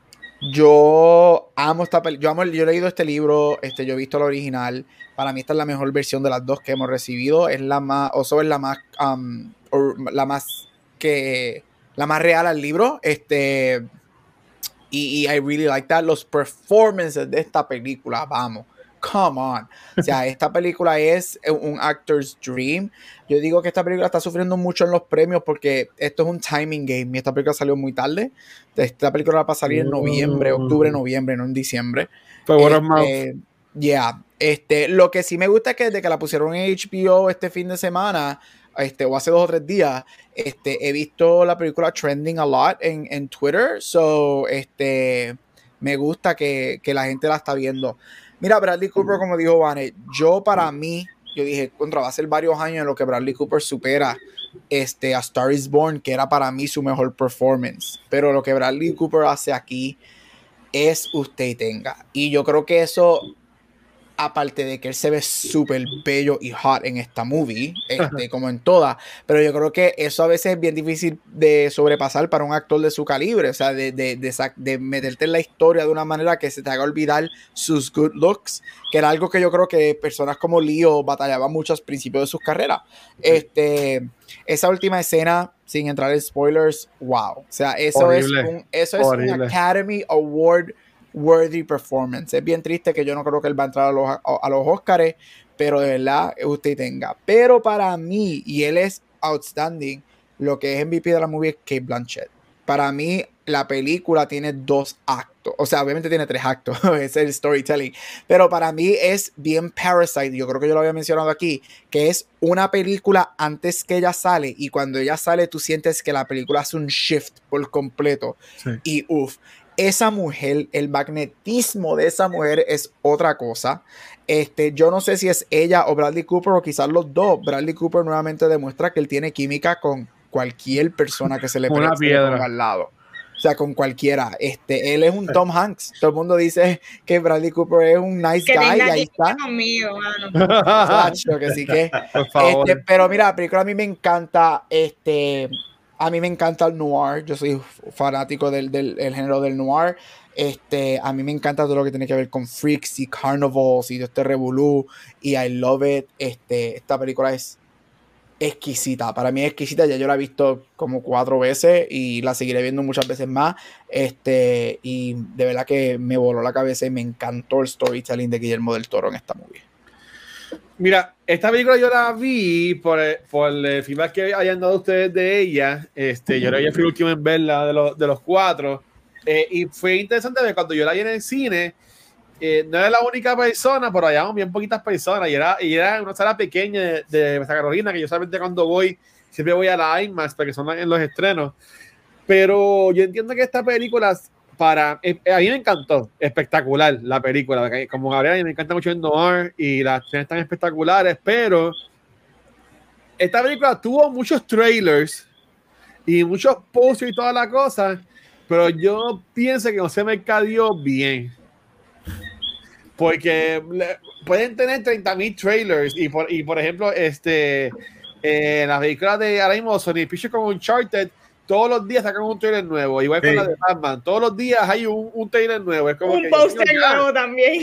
yo amo esta película, yo amo, yo he leído este libro, este, yo he visto la original. Para mí esta es la mejor versión de las dos que hemos recibido. Es la más, Oso es la más, um, or, la más que la más real al libro, este, y, y I really like that. Los performances de esta película, vamos, come on, o sea, esta película es un actor's dream. Yo digo que esta película está sufriendo mucho en los premios porque esto es un timing game y esta película salió muy tarde. Esta película va a salir en noviembre, octubre, noviembre, no en diciembre. Este, yeah, este, lo que sí me gusta es que desde que la pusieron en H B O este fin de semana, Este, o hace dos o tres días, este, he visto la película trending a lot en, en Twitter, so, este, me gusta que, que la gente la está viendo. Mira, Bradley Cooper, como dijo Vane, yo para mí, yo dije, contra, va a ser varios años en lo que Bradley Cooper supera este, a Star is Born, que era para mí su mejor performance, pero lo que Bradley Cooper hace aquí es usted y tenga, y yo creo que eso aparte de que él se ve súper bello y hot en esta movie, este, como en todas, pero yo creo que eso a veces es bien difícil de sobrepasar para un actor de su calibre, o sea, de, de, de, de meterte en la historia de una manera que se te haga olvidar sus good looks, que era algo que yo creo que personas como Leo batallaban mucho al principio de sus carreras. Este, esa última escena, sin entrar en spoilers, wow, o sea, eso Horrible. es un, eso es un Academy Award worthy performance. Es bien triste que yo no creo que él va a entrar a los, a, a los Oscars, pero de verdad usted tenga. Pero para mí, y él es outstanding, lo que es M V P de la movie es Cate Blanchett. Para mí, la película tiene dos actos. O sea, obviamente tiene tres actos. Es el storytelling. Pero para mí es bien Parasite. Yo creo que yo lo había mencionado aquí. Que es una película antes que ella sale. Y cuando ella sale, tú sientes que la película hace un shift por completo. Sí. Y uff. Esa mujer, el magnetismo de esa mujer es otra cosa. Este, yo no sé si es ella o Bradley Cooper o quizás los dos. Bradley Cooper nuevamente demuestra que él tiene química con cualquier persona que se le ponga al lado. O sea, con cualquiera. Este, él es un Tom Hanks. Todo el mundo dice que Bradley Cooper es un nice que guy y ahí está. Conmigo, mano. que sí que, Por favor. Este, pero mira, la película a mí me encanta. Este... A mí me encanta el noir, yo soy fanático del, del el género del noir. Este, a mí me encanta todo lo que tiene que ver con freaks y carnivals y de este revolú, y I love it. Este, esta película es exquisita, para mí es exquisita, ya yo la he visto como cuatro veces y la seguiré viendo muchas veces más. Este, y de verdad que me voló la cabeza y me encantó el storytelling de Guillermo del Toro en esta movie. Mira, esta película yo la vi por el, por el feedback que hayan dado ustedes de ella. Este, yo ya fui el último en verla de los, de los cuatro. Eh, y fue interesante ver cuando yo la vi en el cine. Eh, no era la única persona, pero había bien poquitas personas. Y era, y era una sala pequeña de, de Santa Carolina, que yo solamente cuando voy, siempre voy a la IMAX, porque son en los estrenos. Pero yo entiendo que esta película, para, eh, a mí me encantó, espectacular la película. Como Gabriel, me encanta mucho el noir y las escenas están espectaculares, pero esta película tuvo muchos trailers y muchos posters y toda la cosa, pero yo pienso que no se mercadeó bien. Porque pueden tener treinta mil trailers y por, y por ejemplo, este, eh, las películas de ahora mismo Sony Pictures con Uncharted, todos los días sacan un trailer nuevo, igual sí. con la de Batman, todos los días hay un, un trailer nuevo. Es como un que, póster nuevo también.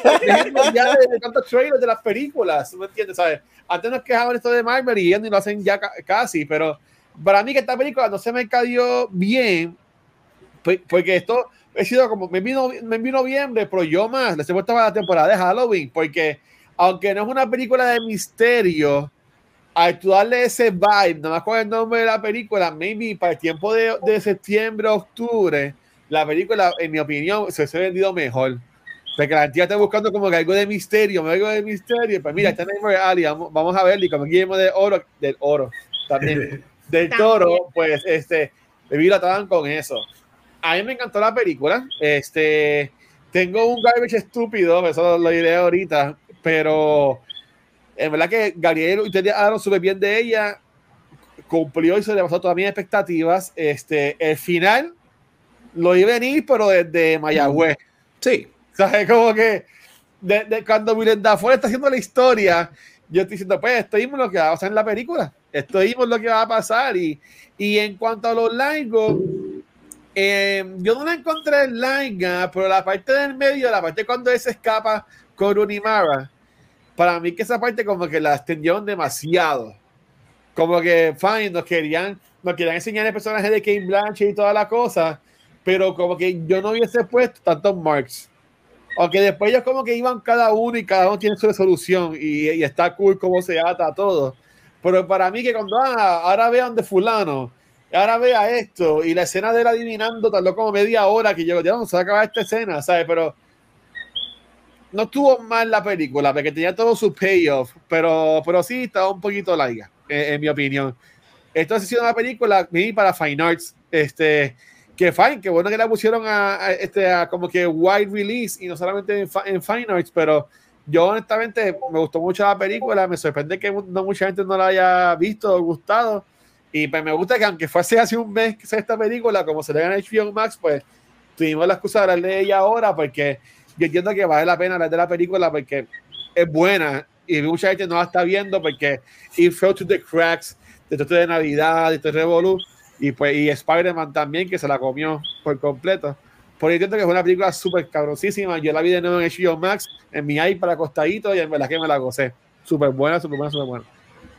Ya de, de tantos trailers de las películas, ¿me entiendes? ¿Sabes? Antes nos quejaban esto de Marvel y lo hacen ya ca casi, pero para mí que esta película no se mercadeó bien, porque esto he sido como, me vino, me vino noviembre, pero yo más, les he puesto para la temporada de Halloween, porque aunque no es una película de misterio, al tú darle ese vibe, nada más con el nombre de la película, maybe para el tiempo de, de septiembre, octubre, la película, en mi opinión, se ha vendido mejor. Porque la gente está buscando como que algo de misterio, algo de misterio. Pues mira, está Nightmare Alley, vamos, vamos a verlo, y como Guillermo de Oro, del Oro, también, del Toro, pues, este, me trataban con eso. A mí me encantó la película. Este, tengo un garbage estúpido, eso lo diré ahorita, pero en verdad que Gabriel, ustedes hablaron súper bien de ella, cumplió y se le pasó todas mis expectativas. Este, el final lo iba a venir, pero desde Mayagüez. Sí. ¿Sabes? Como que de, de cuando Willem Dafoe está haciendo la historia, yo estoy diciendo, pues, esto mismo lo que va a pasar en la película. Esto mismo lo que va a pasar. Y, y en cuanto a los largos, eh, yo no la encontré larga, pero la parte del medio, la parte cuando él se escapa con Unimara, para mí que esa parte como que la extendieron demasiado. Como que, fine, nos querían, nos querían enseñar el personaje de Cate Blanchett y toda la cosa, pero como que yo no hubiese puesto tantos marks. Aunque después ellos como que iban cada uno y cada uno tiene su resolución y, y está cool cómo se ata todo. Pero para mí que cuando, ah, ahora vean de fulano, ahora vea esto, y la escena de él adivinando tardó como media hora, que yo, ya no se va a acabar esta escena, ¿sabes? Pero no estuvo mal la película, porque tenía todo su payoff, pero, pero sí estaba un poquito larga, en, en mi opinión. Entonces, sí, una película para Fine Arts, este, que fine, que bueno que la pusieron a, a, este, a como que wide release y no solamente en, en Fine Arts, pero yo honestamente me gustó mucho la película, me sorprende que no mucha gente no la haya visto o gustado, y pues me gusta que aunque fuese hace un mes que sea esta película, como se le gana H B O Max, pues tuvimos la excusa de hablar de ella ahora, porque yo entiendo que vale la pena hablar de la película, porque es buena y mucha gente no la está viendo porque it fell to the cracks de todo de Navidad, de todo Revolu, y pues y Spider-Man también, que se la comió por completo. Porque entiendo que es una película súper cabrosísima. Yo la vi de nuevo en H B O Max, en mi iPad acostadito, y en verdad que me la gocé. Súper buena, súper buena, súper buena.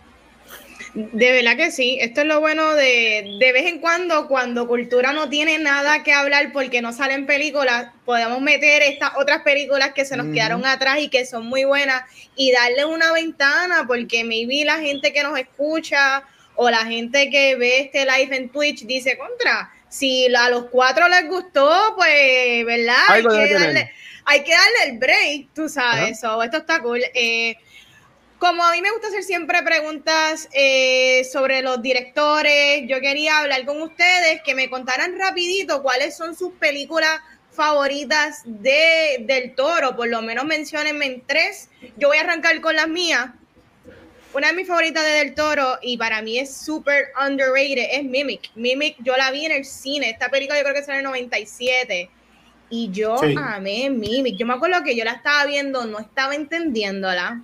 De verdad que sí, esto es lo bueno de de vez en cuando, cuando Cultura no tiene nada que hablar porque no salen películas, podemos meter estas otras películas que se nos mm. quedaron atrás y que son muy buenas y darle una ventana, porque maybe la gente que nos escucha o la gente que ve este live en Twitch dice, contra, si a los cuatro les gustó, pues, ¿verdad? Hay que, darle, hay que darle el break, tú sabes, so, esto está cool. Eh, Como a mí me gusta hacer siempre preguntas eh, sobre los directores, yo quería hablar con ustedes, que me contaran rapidito cuáles son sus películas favoritas de Del Toro, por lo menos menciónenme en tres. Yo voy a arrancar con las mías. Una de mis favoritas de Del Toro, y para mí es súper underrated, es Mimic. Mimic, yo la vi en el cine, esta película yo creo que es en el noventa y siete, y yo sí. amé Mimic. Yo me acuerdo que yo la estaba viendo, no estaba entendiéndola,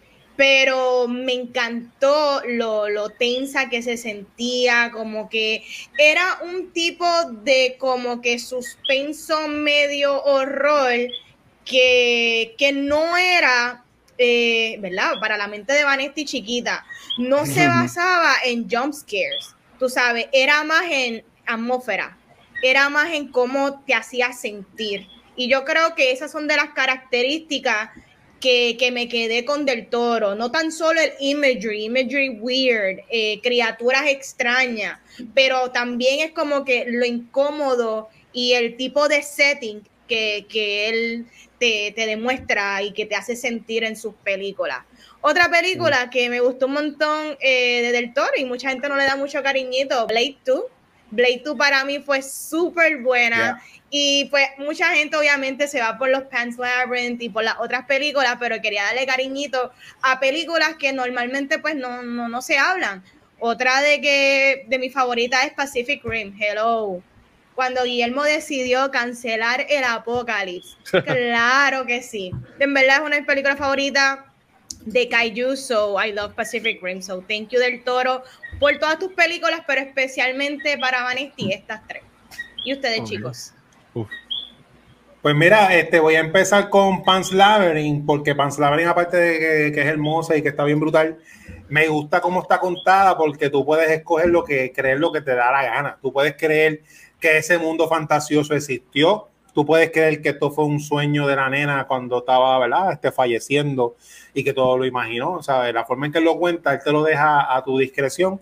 pero me encantó lo, lo tensa que se sentía, como que era un tipo de como que suspenso medio horror que, que no era, eh, ¿verdad? Para la mente de Vanesti chiquita, no se basaba en jump scares, tú sabes, era más en atmósfera, era más en cómo te hacía sentir. Y yo creo que esas son de las características Que, que me quedé con Del Toro, no tan solo el imagery, imagery weird, eh, criaturas extrañas, pero también es como que lo incómodo y el tipo de setting que, que él te, te demuestra y que te hace sentir en sus películas. Otra película mm. que me gustó un montón eh, de Del Toro y mucha gente no le da mucho cariñito, Blade dos. Blade dos para mí fue súper buena. Yeah. Y pues mucha gente obviamente se va por los Pan's Labyrinth y por las otras películas, pero quería darle cariñito a películas que normalmente pues no, no, no se hablan. Otra de que de mi favorita es Pacific Rim, Hello. Cuando Guillermo decidió cancelar el Apocalipsis. Claro que sí. En verdad es una de mis películas favoritas de Kaiju, so I love Pacific Rim. So thank you Del Toro por todas tus películas, pero especialmente para Vanesti, estas tres. ¿Y ustedes, okay. chicos? Uf. Pues mira, este, voy a empezar con Pan's Labyrinth, porque Pan's Labyrinth, aparte de que, que es hermosa y que está bien brutal, me gusta cómo está contada, porque tú puedes escoger lo que, creer lo que te da la gana. Tú puedes creer que ese mundo fantasioso existió, tú puedes creer que esto fue un sueño de la nena cuando estaba, ¿verdad?, este, falleciendo y que todo lo imaginó, ¿sabes? La forma en que él lo cuenta, él te lo deja a tu discreción.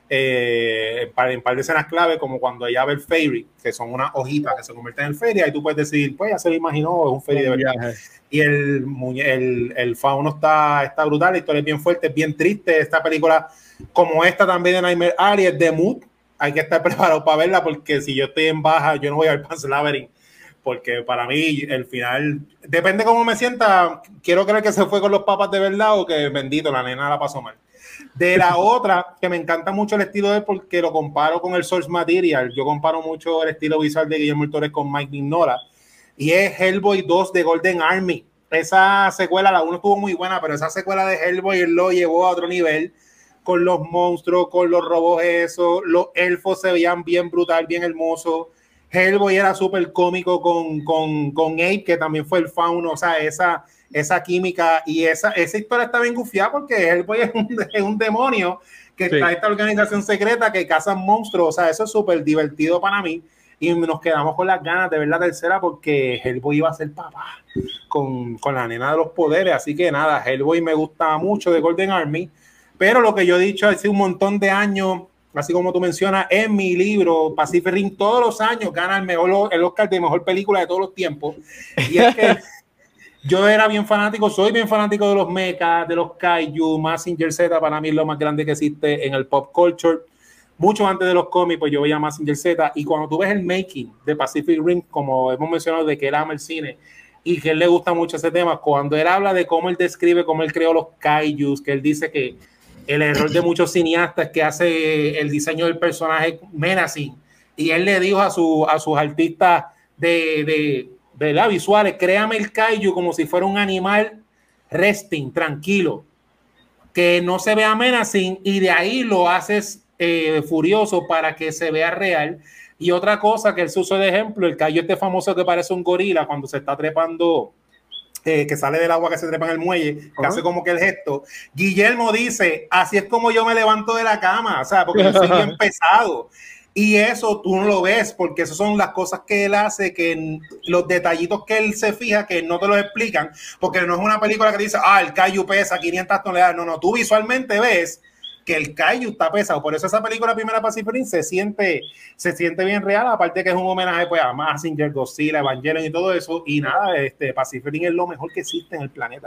Eh, en, en par de escenas clave, como cuando ella ve el fairy, que son unas hojitas que se convierten en fairy, y tú puedes decir, pues ya se lo imaginó, es un fairy de verdad. Y el, el, el fauno está, está brutal, la historia es bien fuerte, es bien triste. Esta película, como esta también de Nightmare Alley, es de mood, hay que estar preparado para verla, porque si yo estoy en baja, yo no voy a ver Pan's Labyrinth, porque para mí el final, depende cómo me sienta, quiero creer que se fue con los papas de verdad o que bendito, la nena la pasó mal. De la otra, que me encanta mucho el estilo de él porque lo comparo con el source material. Yo comparo mucho el estilo visual de Guillermo del Toro con Mike Mignola, y es Hellboy dos de Golden Army. Esa secuela, la uno estuvo muy buena, pero esa secuela de Hellboy él lo llevó a otro nivel, con los monstruos, con los robots esos, los elfos se veían bien brutal, bien hermosos. Hellboy era súper cómico con, con, con Ape, que también fue el fauno, o sea, esa... esa química y esa, esa historia está bien gufiada porque Hellboy es un, es un demonio que sí. está esta organización secreta que cazan monstruos, o sea, eso es súper divertido para mí y nos quedamos con las ganas de ver la tercera porque Hellboy iba a ser papá con, con la nena de los poderes, así que nada, Hellboy me gusta mucho de Golden Army, pero lo que yo he dicho hace un montón de años, así como tú mencionas, en mi libro Pacific Rim todos los años gana el, mejor, el Oscar de mejor película de todos los tiempos, y es que yo era bien fanático, soy bien fanático de los mechas, de los kaiju. Mazinger Z para mí es lo más grande que existe en el pop culture. Mucho antes de los cómics, pues yo veía Mazinger Z. Y cuando tú ves el making de Pacific Rim, como hemos mencionado, de que él ama el cine y que él le gusta mucho ese tema, cuando él habla de cómo él describe, cómo él creó los kaijus, que él dice que el error de muchos cineastas es que hace el diseño del personaje menacing. Y él le dijo a, su, a sus artistas de... de de las visuales, créame el kaiju como si fuera un animal resting, tranquilo, que no se vea menacing, y de ahí lo haces eh, furioso para que se vea real. Y otra cosa que él se usó de ejemplo, el callo este famoso que parece un gorila cuando se está trepando, eh, que sale del agua, que se trepa en el muelle, que uh-huh. hace como que el gesto. Guillermo dice, así es como yo me levanto de la cama, o sea, porque yo soy bien pesado. Y eso tú no lo ves, porque esas son las cosas que él hace, que los detallitos que él se fija, que no te los explican, porque no es una película que dice, ah, el kaiju pesa quinientas toneladas. No, no, tú visualmente ves que el kaiju está pesado. Por eso esa película, primera Pacific Rim, se siente, se siente bien real, aparte que es un homenaje pues, a Mazinger, Godzilla, Evangelion y todo eso. Y nada, este, Pacific Rim es lo mejor que existe en el planeta.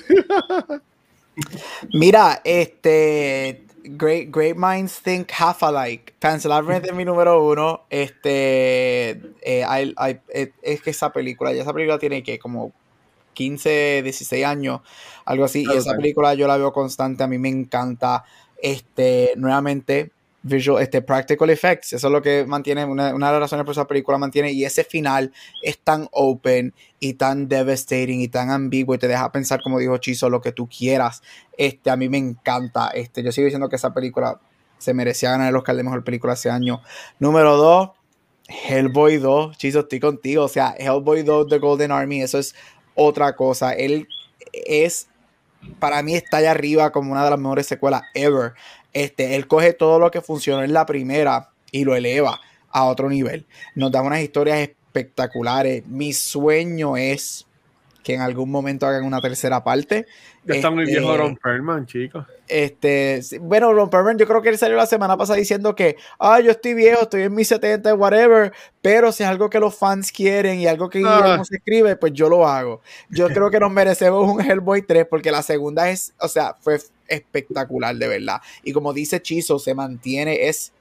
Mira, este... Great, great minds think half alike. Pan's Labyrinth es mi número uno. Este, eh, I, I, eh, es que esa película, ya esa película tiene que como quince, dieciséis años, algo así. Okay. Y esa película yo la veo constante, a mí me encanta. Este, nuevamente, visual, este, practical effects, eso es lo que mantiene, una, una de las razones por esa película mantiene, y ese final es tan open y tan devastating y tan ambiguo y te deja pensar, como dijo Chizo, lo que tú quieras. Este, a mí me encanta. Este, yo sigo diciendo que esa película se merecía ganar el Oscar de mejor película ese año. Número dos, Hellboy dos. Chizo, estoy contigo. O sea, Hellboy dos, The Golden Army, eso es otra cosa. Él es, para mí, está allá arriba como una de las mejores secuelas ever. Este, él coge todo lo que funcionó en la primera y lo eleva a otro nivel. Nos da unas historias espectaculares. Mi sueño es que en algún momento hagan una tercera parte. Ya está este, muy viejo Ron Perlman, chicos. Este, bueno, Ron Perlman, yo creo que él salió la semana pasada diciendo que, ah, yo estoy viejo, estoy en mis setenta, whatever, pero si es algo que los fans quieren y algo que ah. Guillermo se escribe, pues yo lo hago. Yo creo que nos merecemos un Hellboy tres, porque la segunda es, o sea, fue espectacular, de verdad. Y como dice Chizo, se mantiene, es,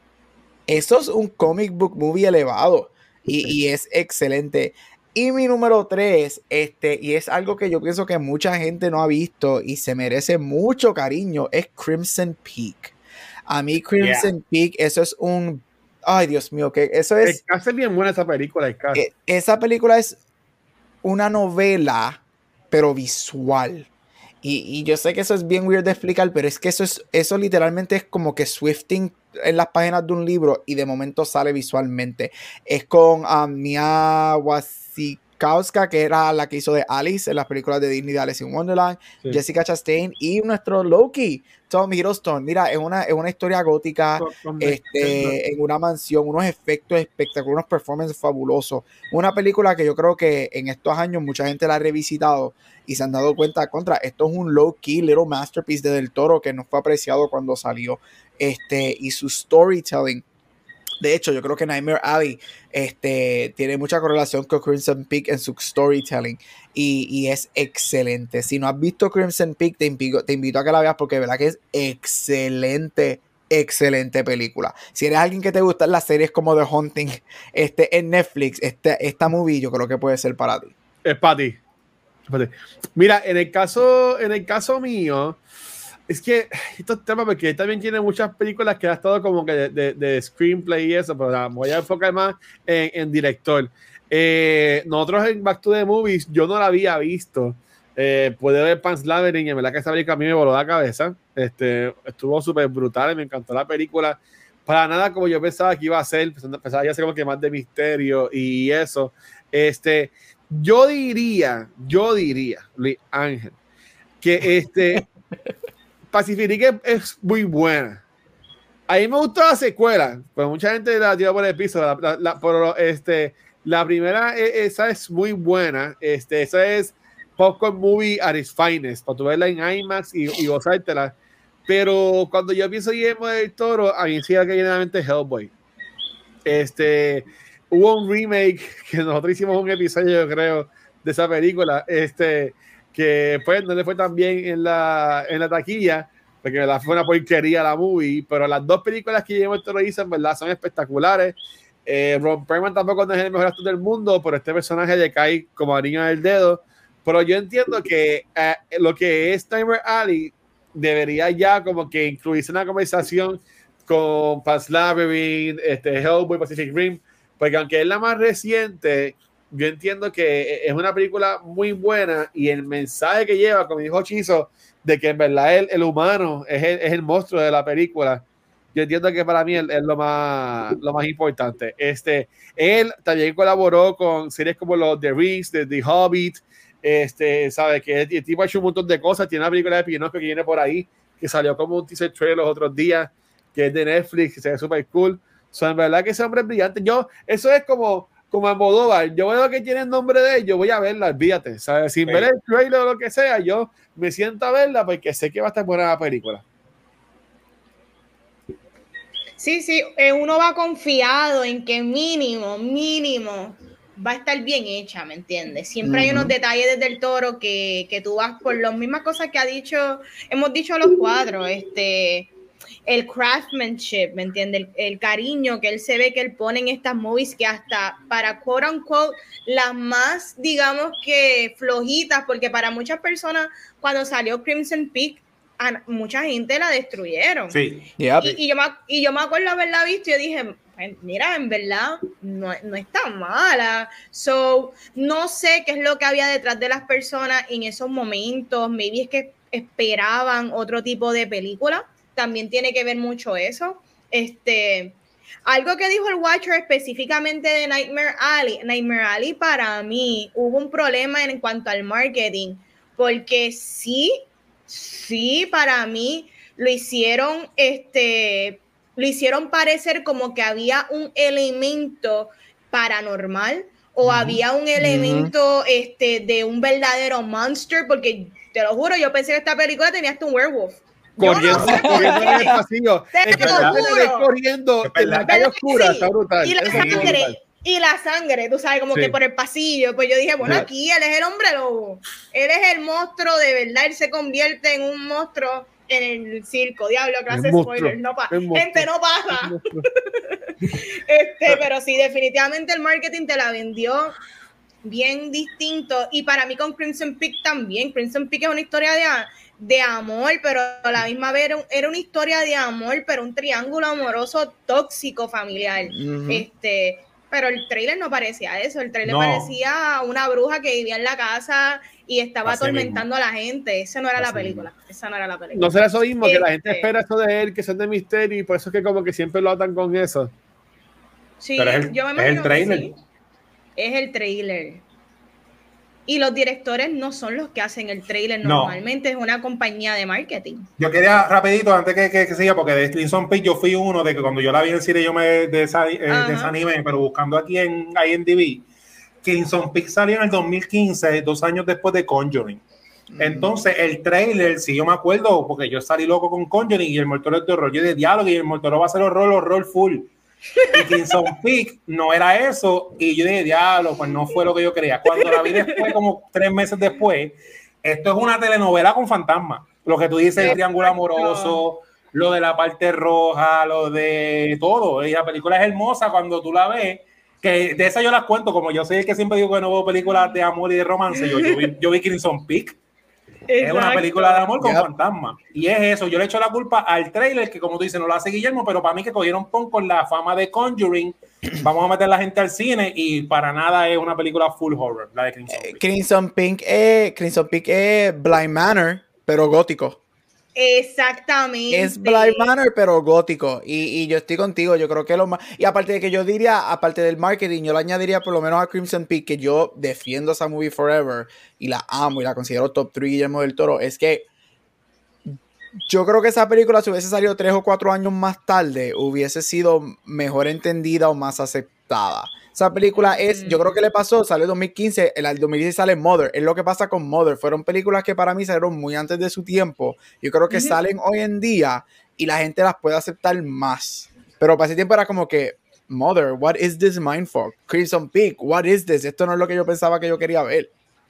eso es un comic book movie elevado, y, y es excelente. Y mi número tres, este, y es algo que yo pienso que mucha gente no ha visto y se merece mucho cariño, es Crimson Peak. A mí Crimson yeah. Peak, eso es un... Ay, Dios mío, que eso es... Es bien buena esa película. Eh, esa película es una novela, pero visual. Y, y yo sé que eso es bien weird de explicar, pero es que eso, es, eso literalmente es como que Swifting en las páginas de un libro y de momento sale visualmente. Es con um, Mia Wasikowska, que era la que hizo de Alice en las películas de Disney de Alice in Wonderland, sí. Jessica Chastain y nuestro Loki, Tom Hiddleston. Mira, es una, es una historia gótica, con, con este, en una mansión, unos efectos espectaculares, unos performances fabulosos. Una película que yo creo que en estos años mucha gente la ha revisitado y se han dado cuenta contra, esto es un low-key little masterpiece de Del Toro que no fue apreciado cuando salió. Este, y su storytelling, de hecho, yo creo que Nightmare Alley este, tiene mucha correlación con Crimson Peak en su storytelling y, y es excelente. Si no has visto Crimson Peak, te invito, te invito a que la veas porque de verdad que es excelente, excelente película. Si eres alguien que te gustan las series como The Haunting este, en Netflix, este, esta movie yo creo que puede ser para ti. Es para ti. Mira, en el caso, en el caso mío, es que estos temas, porque él también tiene muchas películas que ha estado como que de, de, de screenplay y eso, pero me voy a enfocar más en, en director. Eh, nosotros en Back to the Movies, yo no la había visto. Eh, pude ver Pan's Labyrinth y en verdad que esa película a mí me voló la cabeza. Este, estuvo súper brutal y me encantó la película. Para nada como yo pensaba que iba a ser, pensaba ya ser como que más de misterio y eso. Este, yo diría, yo diría, Luis Ángel, que este Pacific Rim es muy buena. A mí me gustó la secuela, pues mucha gente la tiró por el piso, la, la, la, pero este, la primera, esa es muy buena. Este, esa es Popcorn Movie at its finest, para tu verla en IMAX y, y gozártela. Pero cuando yo pienso Guillermo del Toro, a mí sí que viene a la mente Hellboy. Este, hubo un remake que nosotros hicimos un episodio, yo creo, de esa película, este, que pues no le fue tan bien en la, en la taquilla, porque la fue una porquería la movie, pero las dos películas que Guillermo del Toro hizo, en verdad, son espectaculares. Eh, Ron Perlman tampoco no es el mejor actor del mundo, pero este personaje le cae como anillo del dedo. Pero yo entiendo que eh, lo que es Nightmare Alley debería ya como que incluirse en una conversación con Pan's Labyrinth, este, Hellboy, Pacific Rim, porque aunque es la más reciente, yo entiendo que es una película muy buena y el mensaje que lleva, como dijo Chizo, de que en verdad el, el humano es el, es el monstruo de la película. Yo entiendo que para mí es, es lo más lo más importante. Este, él también colaboró con series como los The Rings, The, The Hobbit, este, sabe que el, el tipo ha hecho un montón de cosas. Tiene una película de Pinocchio que viene por ahí, que salió como un teaser trailer los otros días, que es de Netflix, que se ve súper cool. O sea, en verdad que ese hombre es brillante. Yo, eso es como, como Almodóvar. Yo veo que tiene el nombre de él, yo voy a verla, olvídate. ¿Sabes? Sin sí. ver el trailer o lo que sea, yo me siento a verla porque sé que va a estar buena la película. Sí, sí, uno va confiado en que mínimo, mínimo va a estar bien hecha, ¿me entiendes? Siempre uh-huh. hay unos detalles desde el Toro que, que tú vas por las mismas cosas que ha dicho, hemos dicho los cuatro, este, el craftsmanship, ¿me entiendes? El, el cariño que él se ve que él pone en estas movies que hasta para quote unquote las más, digamos que flojitas, porque para muchas personas cuando salió Crimson Peak, a mucha gente la destruyeron. Sí. Yep. Y, y, yo me, y yo me acuerdo haberla visto y yo dije, mira, en verdad no, no es tan mala. So, no sé qué es lo que había detrás de las personas en esos momentos. Maybe es que esperaban otro tipo de película. También tiene que ver mucho eso. Este, algo que dijo el Watcher específicamente de Nightmare Alley. Nightmare Alley para mí hubo un problema en cuanto al marketing. Porque sí... Sí, para mí lo hicieron, este, lo hicieron parecer como que había un elemento paranormal o uh-huh. había un elemento uh-huh. este, de un verdadero monster, porque te lo juro, yo pensé que esta película tenía hasta un werewolf. Corriendo, no sé corriendo en el pasillo. Te es que lo juro. Corriendo en la calle oscura, sí. está brutal. Y la Eso sangre. brutal. Y la sangre, tú sabes, como sí. que por el pasillo. Pues yo dije, bueno, aquí él es el hombre lobo. Él es el monstruo, de verdad. Él se convierte en un monstruo en el circo. Diablo, clase spoiler. No pa- gente, no pasa. este, pero sí, definitivamente el marketing te la vendió bien distinto. Y para mí con Crimson Peak también. Crimson Peak es una historia de, de amor, pero a la misma vez era, un, era una historia de amor, pero un triángulo amoroso tóxico familiar. Uh-huh. Este... Pero el tráiler no parecía eso, el tráiler no. parecía una bruja que vivía en la casa y estaba Así atormentando mismo. a la gente. Esa no era Así la película. Mismo. Esa no era la película. No será eso mismo, este, que la gente espera eso de él, que son de misterio, y por eso es que como que siempre lo atan con eso. Sí, Pero es el, yo me imagino es el trailer. Que sí. Es el tráiler. Y los directores no son los que hacen el tráiler no. normalmente, es una compañía de marketing. Yo quería rapidito, antes que, que, que siga, porque de Crimson Peak yo fui uno de que cuando yo la vi en el cine yo me desa, eh, desanimé, pero buscando aquí en I M D B, Crimson Peak salió en el dos mil quince, dos años después de Conjuring. Mm. Entonces el trailer, si yo me acuerdo, porque yo salí loco con Conjuring y el Toro es de horror, yo de diálogo y el Toro va a ser horror, horror full. Y Crimson Peak no era eso, y yo dije, diablo, pues no fue lo que yo creía. Cuando la vi después, como tres meses después, esto es una telenovela con fantasmas. Lo que tú dices, el triángulo amoroso, lo de la parte roja, lo de todo. Y la película es hermosa cuando tú la ves, que de esa yo las cuento, como yo soy el que siempre digo que no veo películas de amor y de romance, yo, yo, vi, yo vi Crimson Peak. Exacto. Es una película de amor con yep. fantasmas. Y es eso, yo le echo la culpa al trailer, que como tú dices, no lo hace Guillermo, pero para mí que cogieron pon con la fama de Conjuring, vamos a meter a la gente al cine, y para nada es una película full horror, la de Crimson Peak. Crimson Peak es, Crimson Peak es Blind Manor, pero gótico. Exactamente. Es Blind Manor, pero gótico. Y, y yo estoy contigo. Yo creo que lo más. Y aparte de que yo diría, aparte del marketing, yo le añadiría por lo menos a Crimson Peak, que yo defiendo esa movie forever y la amo y la considero top tres Guillermo del Toro. Es que yo creo que esa película, si hubiese salido tres o cuatro años más tarde, hubiese sido mejor entendida o más aceptada. Esa película es, yo creo que le pasó, salió en dos mil quince, el dos mil dieciséis sale Mother, es lo que pasa con Mother, fueron películas que para mí salieron muy antes de su tiempo, yo creo que uh-huh. salen hoy en día y la gente las puede aceptar más, pero para ese tiempo era como que, Mother, what is this mindfuck? Crimson Peak, what is this? Esto no es lo que yo pensaba que yo quería ver.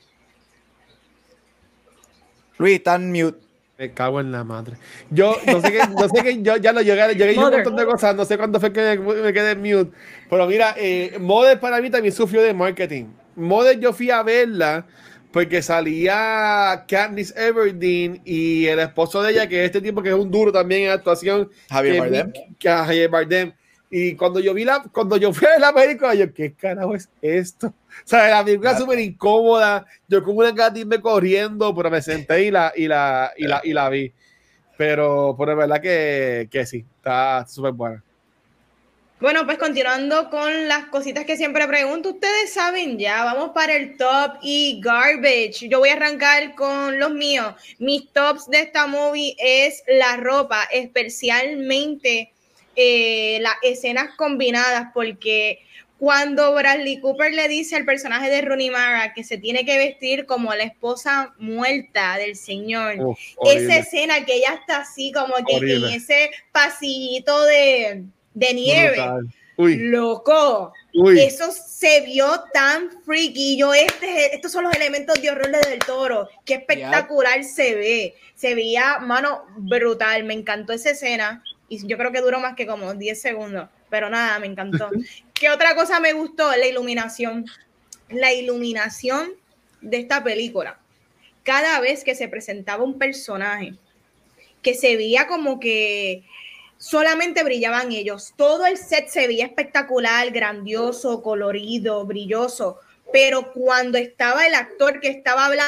Luis, está en mute. Me cago en la madre. Yo no sé qué, no sé qué, yo ya lo llegué, llegué un montón de cosas, no sé cuándo fue que me, me quedé en mute. Pero mira, eh, Mother para mí también sufrió de marketing. Mother yo fui a verla porque salía Katniss Everdeen y el esposo de ella, que es este tipo que es un duro también en actuación. Javier Bardem. Que, que Javier Bardem. Y cuando yo vi la, cuando yo fui a ver la película, yo, ¿qué carajo es esto? O sea, la película súper incómoda, yo como una ganas de irme corriendo, pero me senté y la, y la, y la, y la vi. Pero, pero es verdad que, que sí, está súper buena. Bueno, pues continuando con las cositas que siempre pregunto, ustedes saben ya, vamos para el top y garbage. Yo voy a arrancar con los míos. Mis tops de esta movie es la ropa, especialmente eh, las escenas combinadas, porque cuando Bradley Cooper le dice al personaje de Rooney Mara que se tiene que vestir como la esposa muerta del señor, Uf, esa escena que ella está así como que horrible. En ese pasillito de... de nieve, Uy. loco, Uy. Eso se vio tan freaky. Yo, este, estos son los elementos de horror de Del Toro, qué espectacular yeah. se ve, se veía, mano, brutal, me encantó esa escena, y yo creo que duró más que como diez segundos, pero nada, me encantó. ¿Qué otra cosa me gustó? La iluminación, la iluminación de esta película, cada vez que se presentaba un personaje, que se veía como que solamente brillaban ellos. Todo el set se veía espectacular, grandioso, colorido, brilloso. Pero cuando estaba el actor que estaba hablando,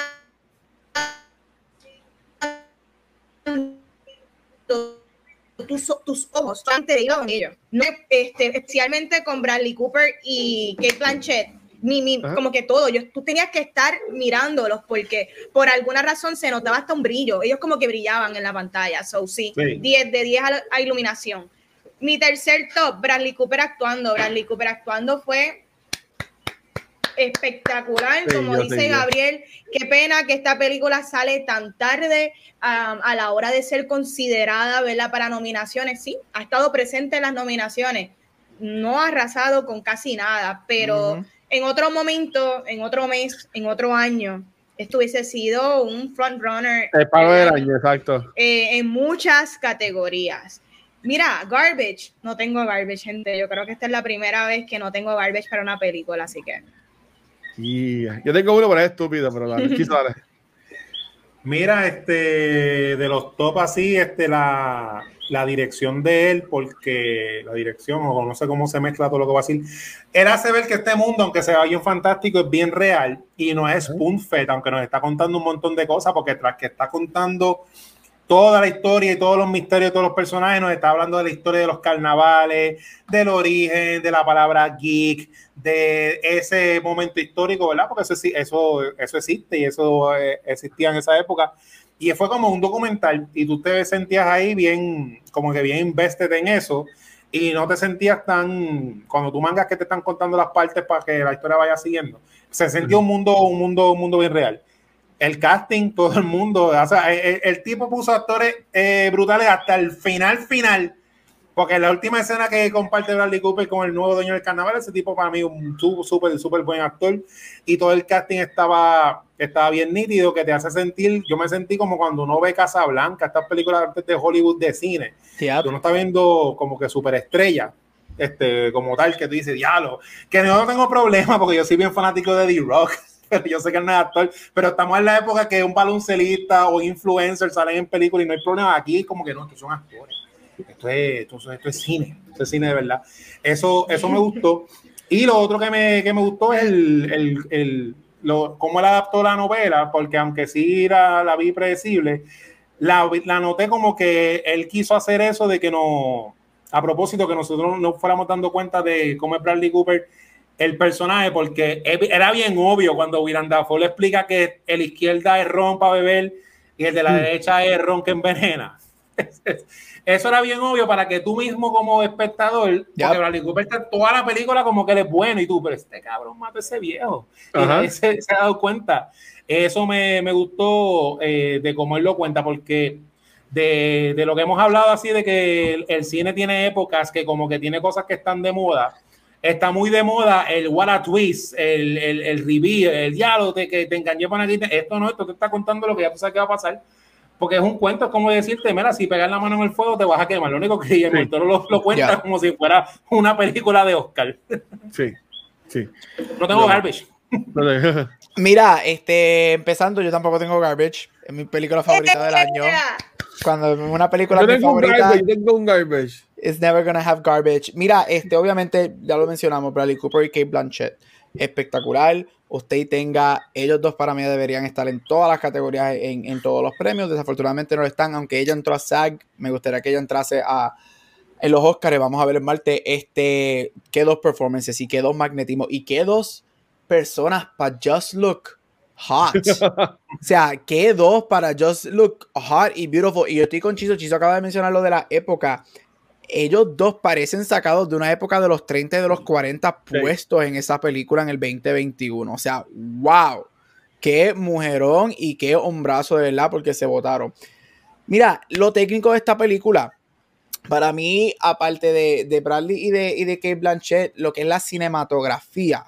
tus, tus ojos solamente brillaban ellos. No, este, especialmente con Bradley Cooper y Cate Blanchett. Mi, mi, como que todo, yo, tú tenías que estar mirándolos porque por alguna razón se notaba hasta un brillo, ellos como que brillaban en la pantalla, so sí, sí. diez de diez a, a iluminación. Mi tercer top, Bradley Cooper actuando, Bradley Cooper actuando fue espectacular, sí, como dice Gabriel, qué pena que esta película sale tan tarde um, a la hora de ser considerada, ¿verdad?, para nominaciones. Sí, ha estado presente en las nominaciones, no ha arrasado con casi nada, pero uh-huh. en otro momento, en otro mes, en otro año, esto hubiese sido un frontrunner. El palo del año, exacto. Eh, en muchas categorías. Mira, garbage, no tengo garbage, gente. Yo creo que esta es la primera vez que no tengo garbage para una película, así que. Yeah. Yo tengo uno, pero es estúpido, pero la vale. Mira, este, de los top así, este, la, la dirección de él, porque la dirección, o no sé cómo se mezcla todo lo que va a decir, él hace ver que este mundo, aunque sea bien fantástico, es bien real y no es spoon-fed, aunque nos está contando un montón de cosas, porque tras que está contando toda la historia y todos los misterios de todos los personajes, nos está hablando de la historia de los carnavales, del origen, de la palabra geek, de ese momento histórico, ¿verdad? Porque eso, eso, eso existe y eso eh, existía en esa época. Y fue como un documental y tú te sentías ahí bien, como que bien invested en eso y no te sentías tan, cuando tú mangas que te están contando las partes para que la historia vaya siguiendo. Se sentía un mundo, un mundo, un mundo bien real. El casting, todo el mundo, o sea, el, el tipo puso actores eh, brutales hasta el final, final, porque en la última escena que comparte Bradley Cooper con el nuevo dueño del carnaval, ese tipo para mí un súper, súper buen actor, y todo el casting estaba, estaba bien nítido, que te hace sentir, yo me sentí como cuando uno ve Casablanca, estas películas de Hollywood de cine, sí, tú no estás viendo como que superestrella, este, como tal, que tú dices, diablo, que no tengo problema, porque yo soy bien fanático de D-Rock, yo sé que él no es actor, pero estamos en la época que un baloncelista o influencer salen en películas y no hay problema. Aquí como que no, estos son actores, esto es, esto, esto es cine, esto es cine de verdad. Eso, eso me gustó. Y lo otro que me, que me gustó es el, el, el, lo, cómo él adaptó la novela, porque aunque sí la, la vi predecible, la, la noté como que él quiso hacer eso de que no, a propósito, que nosotros nos fuéramos dando cuenta de cómo es Bradley Cooper el personaje, porque era bien obvio cuando Willem Dafoe le explica que el izquierda es ron para beber y el de la mm. derecha es ron que envenena. Eso era bien obvio para que tú mismo como espectador, yep. porque Bradley Cooper está toda la película como que él es bueno y tú, pero este cabrón mata a ese viejo. Uh-huh. Y se, se ha dado cuenta. Eso me, me gustó eh, de cómo él lo cuenta, porque de, de lo que hemos hablado así de que el, el cine tiene épocas que como que tiene cosas que están de moda. Está muy de moda el what a twist, el, el, el reveal, el diálogo de que te engañé para aquí. Esto no, esto te está contando lo que ya tú sabes que va a pasar. Porque es un cuento, es como decirte, mira, si pegas la mano en el fuego te vas a quemar. Lo único que Guillermo del Toro lo, lo cuenta yeah. como si fuera una película de Oscar. Sí, sí. No tengo no. garbage. Mira, este, empezando, yo tampoco tengo garbage. Es mi película favorita del año. Cuando una película yo mi tengo favorita. Un garbage, yo tengo un garbage. It's never gonna have garbage. Mira, este, obviamente, ya lo mencionamos, Bradley Cooper y Cate Blanchett. Espectacular. Usted tenga, ellos dos para mí deberían estar en todas las categorías, en, en todos los premios. Desafortunadamente no lo están, aunque ella entró a SAG. Me gustaría que ella entrase a en los Oscars. Vamos a ver el martes. Este, qué dos performances y qué dos magnetismos y qué dos personas para Just Look Hot. O sea, qué dos para Just Look Hot y Beautiful. Y yo estoy con Chizo. Chizo acaba de mencionar lo de la época. Ellos dos parecen sacados de una época de los treinta y de los cuarenta sí. puestos en esa película en el veinte veintiuno. O sea, wow. Qué mujerón y qué hombrazo de verdad porque se votaron. Mira, lo técnico de esta película, para mí, aparte de, de Bradley y de, y de Cate Blanchett, lo que es la cinematografía.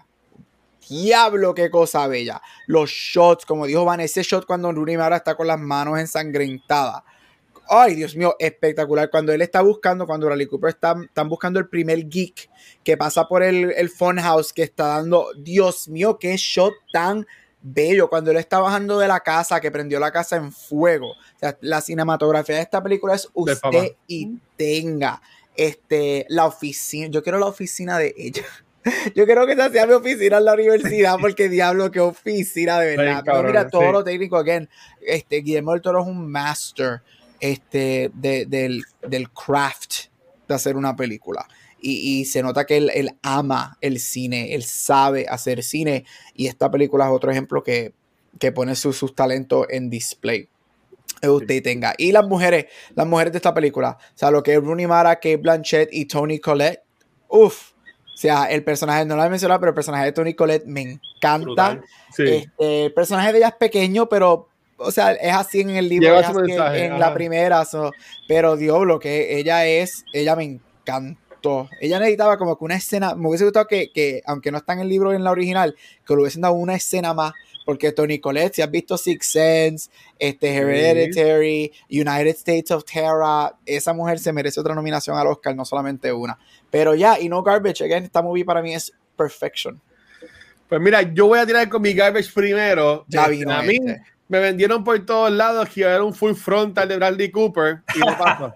Diablo, qué cosa bella. Los shots, como dijo Van, ese shot cuando Rooney Mara está con las manos ensangrentadas. Ay, Dios mío, espectacular. Cuando él está buscando, cuando Bradley Cooper está, están buscando el primer geek que pasa por el, el funhouse que está dando. Dios mío, qué shot tan bello. Cuando él está bajando de la casa, que prendió la casa en fuego. O sea, la cinematografía de esta película es usted y tenga. Este, la oficina. Yo quiero la oficina de ella. Yo creo que esa sea mi oficina en la universidad, porque diablo, qué oficina de verdad. Pero mira, todo sí. lo técnico, again, este, Guillermo del Toro es un master. Este, de, del, del craft de hacer una película y, y se nota que él, él ama el cine, él sabe hacer cine y esta película es otro ejemplo que, que pone su, sus talentos en display. Usted tenga. Y las mujeres, las mujeres de esta película, o sea, lo que es Rooney Mara, Cate Blanchett y Toni Collette, uff, o sea, el personaje, no lo he mencionado, pero el personaje de Toni Collette me encanta. Sí. Este, el personaje de ella es pequeño, pero o sea, es así en el libro, es así mensaje, en, en la primera, so, pero Dios, lo que ella es, ella me encantó. Ella necesitaba como que una escena, me hubiese gustado que, que aunque no está en el libro en la original, que le hubiesen dado una escena más, porque Toni Collette, si has visto Sixth Sense, este, Hereditary, sí. United States of Terror, esa mujer se merece otra nominación al Oscar, no solamente una. Pero ya, yeah, y no garbage, again, esta movie para mí es perfection. Pues mira, yo voy a tirar con mi garbage primero. Ya vino a mí. Este. Me vendieron por todos lados que iba a haber un full frontal de Bradley Cooper y no pasó.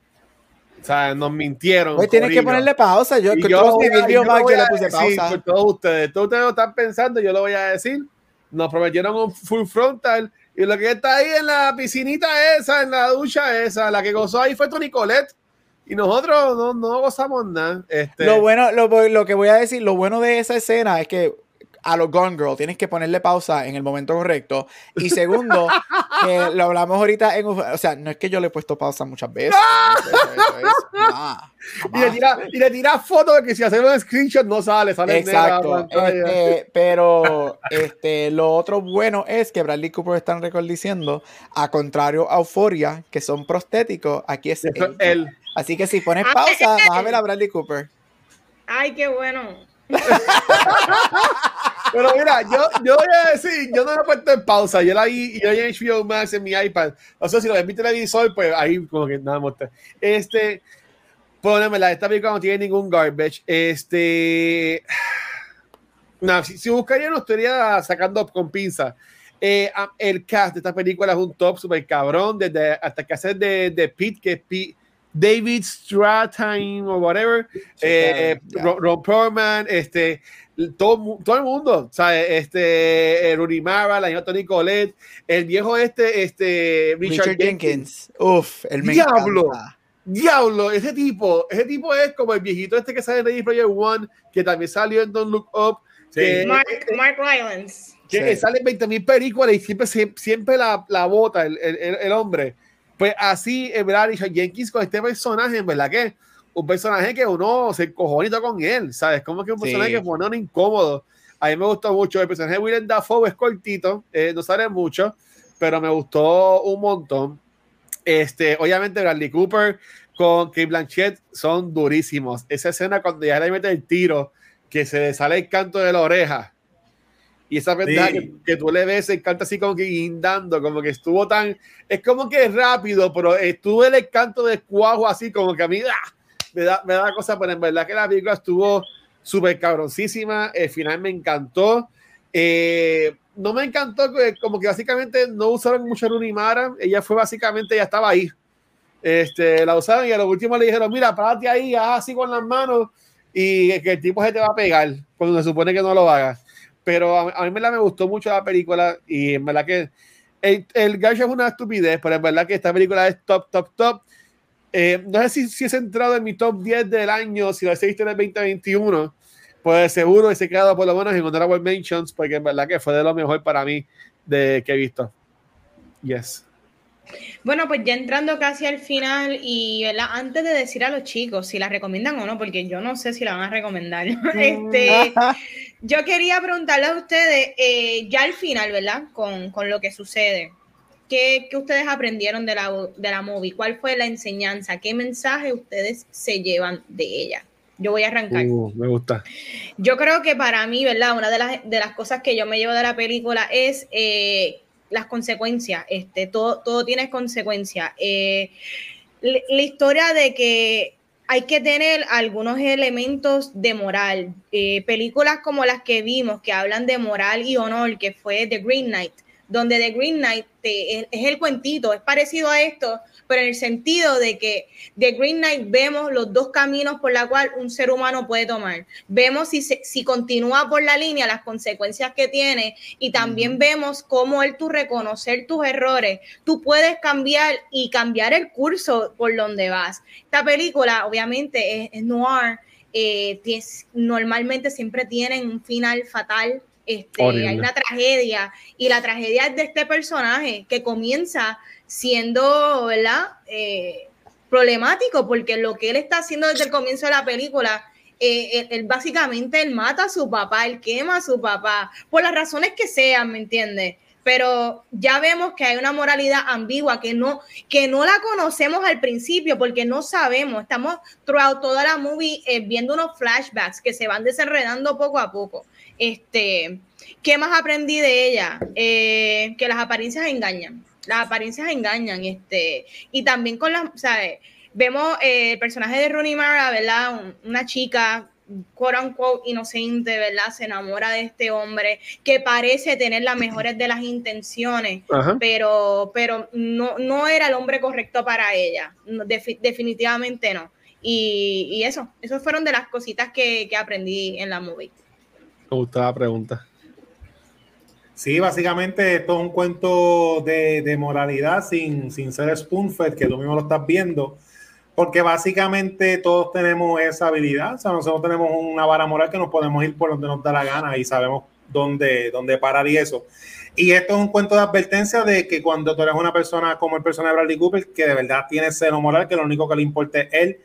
O sea, nos mintieron. Pues tienes que ponerle pausa. Yo, yo, yo, voy a, yo, más, yo le puse decir, pausa. por todos ustedes. Todos ustedes lo están pensando, yo lo voy a decir. Nos prometieron un full frontal y lo que está ahí en la piscinita esa, en la ducha esa, la que gozó ahí fue Toni Collette. Y nosotros no, no gozamos nada. Este... Lo bueno, lo, lo que voy a decir, lo bueno de esa escena es que a los Gone Girl tienes que ponerle pausa en el momento correcto. Y segundo, que lo hablamos ahorita en, o sea, no es que yo le he puesto pausa muchas veces. Eso, eso, eso, nah, y, le tira, y le tira fotos de que si hacemos un screenshot no sale, sale exacto. Este, pero este, lo otro bueno es que Bradley Cooper están récord diciendo, a contrario a Euphoria, que son prostéticos, aquí es él. él. Así que si pones pausa, vas a ver a Bradley Cooper. Ay, qué bueno. Pero mira, yo, yo voy a decir, yo no la he puesto en pausa, yo la vi, yo en H B O Max en mi iPad, o sea, si lo ves en mi televisor, pues ahí como que nada más. Este, ponémela, esta película no tiene ningún garbage, este, no, si, si buscaría no estaría sacando con pinza. Eh, el cast de esta película es un top super cabrón, desde hasta que hacer de, de Pete, que es Pete, David Strathairn o whatever, sí, eh, claro, Ron, Ron Perlman, este, todo, todo el mundo, ¿sabes? Este, eh, Rooney Mara, la señora Toni Collette, el viejo este, este, Richard, Richard Jenkins. Jenkins. Uf, el diablo, diablo, ese tipo, ese tipo es como el viejito este que sale en Ready Player One, que también salió en Don't Look Up, sí. que, Mark, Mark Rylance, que sí. sale en veinte mil películas y siempre, siempre la, la bota el, el, el hombre. Pues así, en verdad, Richard Jenkins con este personaje, en verdad que un personaje que uno se encojonita con él, ¿sabes? Como que un personaje sí. que pone uno incómodo. A mí me gustó mucho. El personaje de Willem Dafoe es cortito, eh, no sale mucho, pero me gustó un montón. Este, obviamente, Bradley Cooper con Cate Blanchett son durísimos. Esa escena cuando ya le mete el tiro, que se le sale el canto de la oreja. Y esa pendeja sí. que, que tú le ves, se canta así como que guindando, como que estuvo tan... Es como que rápido, pero estuvo en el canto de cuajo así, como que a mí ¡ah! me da, me da cosa, pero en verdad que la película estuvo súper cabroncísima. El final me encantó. Eh, no me encantó, como que básicamente no usaron mucho a Rooney Mara. Ella fue básicamente, ella estaba ahí. este, la usaron y a lo último le dijeron, mira, párate ahí, haz así con las manos y que el tipo se te va a pegar cuando se supone que no lo haga. Pero a, a mí me, la, me gustó mucho la película y en verdad que el, el gancho es una estupidez, pero en verdad que esta película es top, top, top. Eh, no sé si, si es entrado en mi top diez del año, si lo he visto en el veinte veintiuno, pues seguro he quedado por lo menos en Honorable Mentions, porque en verdad que fue de lo mejor para mí de, que he visto. Yes. Bueno, pues ya entrando casi al final y ¿verdad? Antes de decir a los chicos si la recomiendan o no, porque yo no sé si la van a recomendar. este, yo quería preguntarle a ustedes, eh, ya al final, ¿verdad? Con, con lo que sucede, ¿qué, qué ustedes aprendieron de la, de la movie? ¿Cuál fue la enseñanza? ¿Qué mensaje ustedes se llevan de ella? Yo voy a arrancar. Uh, me gusta. Yo creo que para mí, ¿verdad? Una de las, de las cosas que yo me llevo de la película es... Eh, las consecuencias, este, todo, todo tiene consecuencias. Eh, la, la historia de que hay que tener algunos elementos de moral. Eh, películas como las que vimos, que hablan de moral y honor, que fue The Green Knight, donde The Green Knight te, es, es el cuentito, es parecido a esto, pero en el sentido de que The Green Knight vemos los dos caminos por la cual un ser humano puede tomar. Vemos si, se, si continúa por la línea, las consecuencias que tiene, y también uh-huh. vemos cómo el tú reconocer tus errores, tú puedes cambiar y cambiar el curso por donde vas. Esta película, obviamente, es, es noir, eh, es, normalmente siempre tienen un final fatal. Este, hay una tragedia y la tragedia es de este personaje que comienza siendo, ¿verdad? Eh, problemático porque lo que él está haciendo desde el comienzo de la película, eh, él, él básicamente él mata a su papá, él quema a su papá por las razones que sean, ¿me entiendes? Pero ya vemos que hay una moralidad ambigua que no, que no la conocemos al principio porque no sabemos, estamos throughout toda la movie eh, viendo unos flashbacks que se van desenredando poco a poco. Este, ¿qué más aprendí de ella? Eh, que las apariencias engañan, las apariencias engañan, este, y también con las, ¿sabes? Vemos eh, el personaje de Rooney Mara, ¿verdad? Una chica, quote unquote, inocente, ¿verdad? Se enamora de este hombre que parece tener las mejores de las intenciones, uh-huh. pero, pero no, no era el hombre correcto para ella, Def- definitivamente no. Y, y eso, esas fueron de las cositas que, que aprendí en la movie. Me gustaba la pregunta. Sí, básicamente esto es un cuento de, de moralidad sin, sin ser spoon-fed, que tú mismo lo estás viendo, porque básicamente todos tenemos esa habilidad, o sea, nosotros tenemos una vara moral que nos podemos ir por donde nos da la gana y sabemos dónde, dónde parar y eso. Y esto es un cuento de advertencia de que cuando tú eres una persona como el personaje de Bradley Cooper, que de verdad tiene cero moral, que lo único que le importa es él,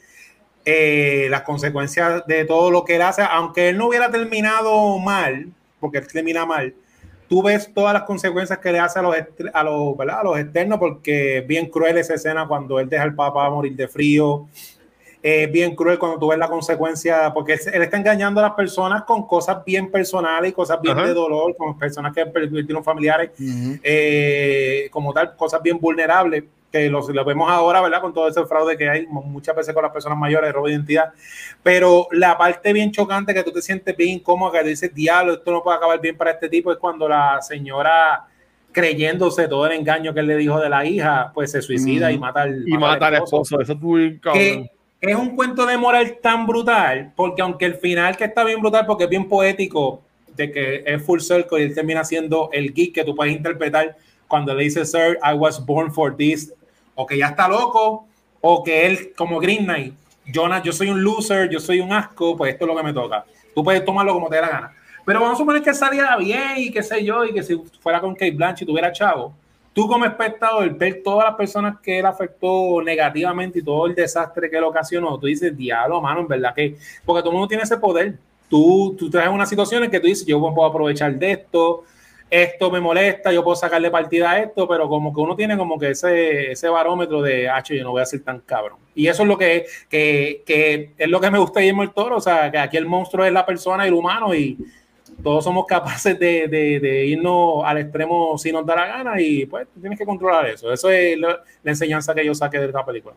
eh, las consecuencias de todo lo que él hace, aunque él no hubiera terminado mal, porque él termina mal, tú ves todas las consecuencias que le hace a los, a los, ¿verdad? a los externos, porque es bien cruel esa escena cuando él deja al papá a morir de frío. Es eh, bien cruel cuando tú ves la consecuencia, porque él, él está engañando a las personas con cosas bien personales y cosas bien uh-huh. de dolor, con personas que perdieron familiares, uh-huh. eh, como tal, cosas bien vulnerables, que los, los vemos ahora, ¿verdad? Con todo ese fraude que hay muchas veces con las personas mayores, de robo de identidad. Pero la parte bien chocante que tú te sientes bien incómodo, que tú dices, diablo, esto no puede acabar bien para este tipo, es cuando la señora, creyéndose todo el engaño que él le dijo de la hija, pues se suicida uh-huh. y mata al, y mata mata al esposo. esposo. Eso es muy cabrón. Es un cuento de moral tan brutal, porque aunque el final que está bien brutal, porque es bien poético, de que es full circle y él termina siendo el geek que tú puedes interpretar cuando le dice, sir, I was born for this, o que ya está loco, o que él, como Green Knight, Jonas, yo soy un loser, yo soy un asco, pues esto es lo que me toca. Tú puedes tomarlo como te dé la gana. Pero vamos a suponer que saliera bien y qué sé yo, y que si fuera con Cate Blanchett y tuviera chavo, tú como espectador, ver todas las personas que él afectó negativamente y todo el desastre que él ocasionó, tú dices, diablo, mano, en verdad que, porque todo el mundo tiene ese poder. Tú, tú traes unas situaciones que tú dices, yo puedo aprovechar de esto, esto me molesta, yo puedo sacarle partida a esto, pero como que uno tiene como que ese, ese barómetro de, hacho, yo no voy a ser tan cabrón. Y eso es lo que, que, que es lo que me gusta de Guillermo del Toro, o sea, que aquí el monstruo es la persona y el humano y todos somos capaces de, de, de irnos al extremo si nos da la gana y pues tú tienes que controlar eso. Eso es la, la enseñanza que yo saqué de esta película.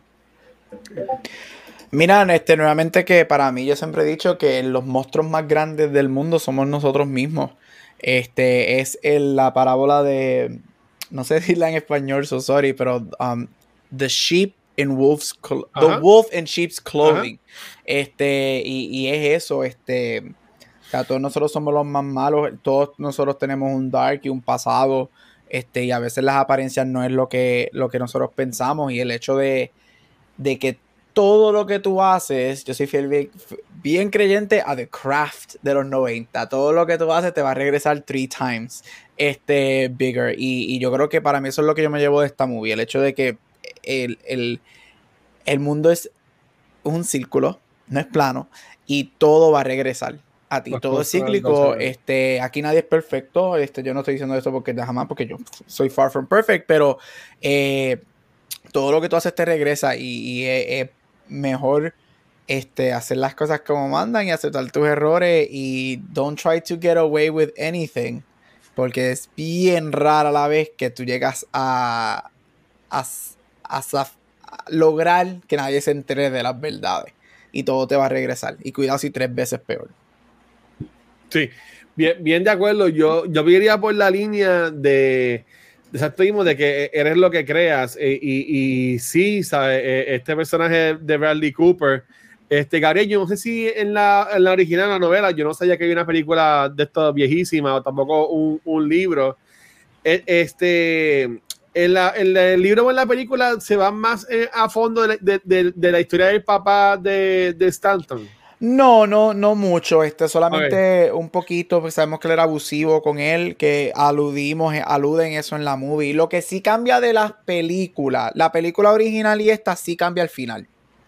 Mira, este, nuevamente que para mí yo siempre he dicho que los monstruos más grandes del mundo somos nosotros mismos. Este es el, la parábola de, no sé decirla en español, so sorry, pero um, the sheep in wolf's cl- the wolf in sheep's clothing. Ajá. Este, y, y es eso, este, o sea, todos nosotros somos los más malos, todos nosotros tenemos un dark y un pasado, este, y a veces las apariencias no es lo que, lo que nosotros pensamos, y el hecho de, de que todo lo que tú haces, yo soy fiel, bien, bien creyente a The Craft de los noventa, todo lo que tú haces te va a regresar three times este, bigger, y, y yo creo que para mí eso es lo que yo me llevo de esta movie, el hecho de que el, el, el mundo es un círculo, no es plano, y todo va a regresar a ti, Las todo es cíclico, este, aquí nadie es perfecto, este, yo no estoy diciendo esto porque jamás, porque yo soy far from perfect, pero eh, todo lo que tú haces te regresa, y, y es, es mejor este, hacer las cosas como mandan y aceptar tus errores, y don't try to get away with anything, porque es bien rara la vez que tú llegas a, a, a, a lograr que nadie se entere de las verdades, y todo te va a regresar, y cuidado si tres veces peor. Sí, bien, bien de acuerdo. Yo, yo iría por la línea de exacto, de que eres lo que creas, eh, y, y sí, ¿sabes? Este personaje de Bradley Cooper, este, Gabriel, yo no sé si en la, en la original, la novela, yo no sabía que había una película de esto viejísima, o tampoco un, un libro. Este, en, la, en el libro o en la película se va más eh, a fondo de, de, de, de la historia del papá de, de Stanton. No, no, no mucho, este, solamente okay. un poquito, porque sabemos que él era abusivo con él, que aludimos, aluden eso en la movie. Lo que sí cambia de las películas, la película original y esta sí cambia al final.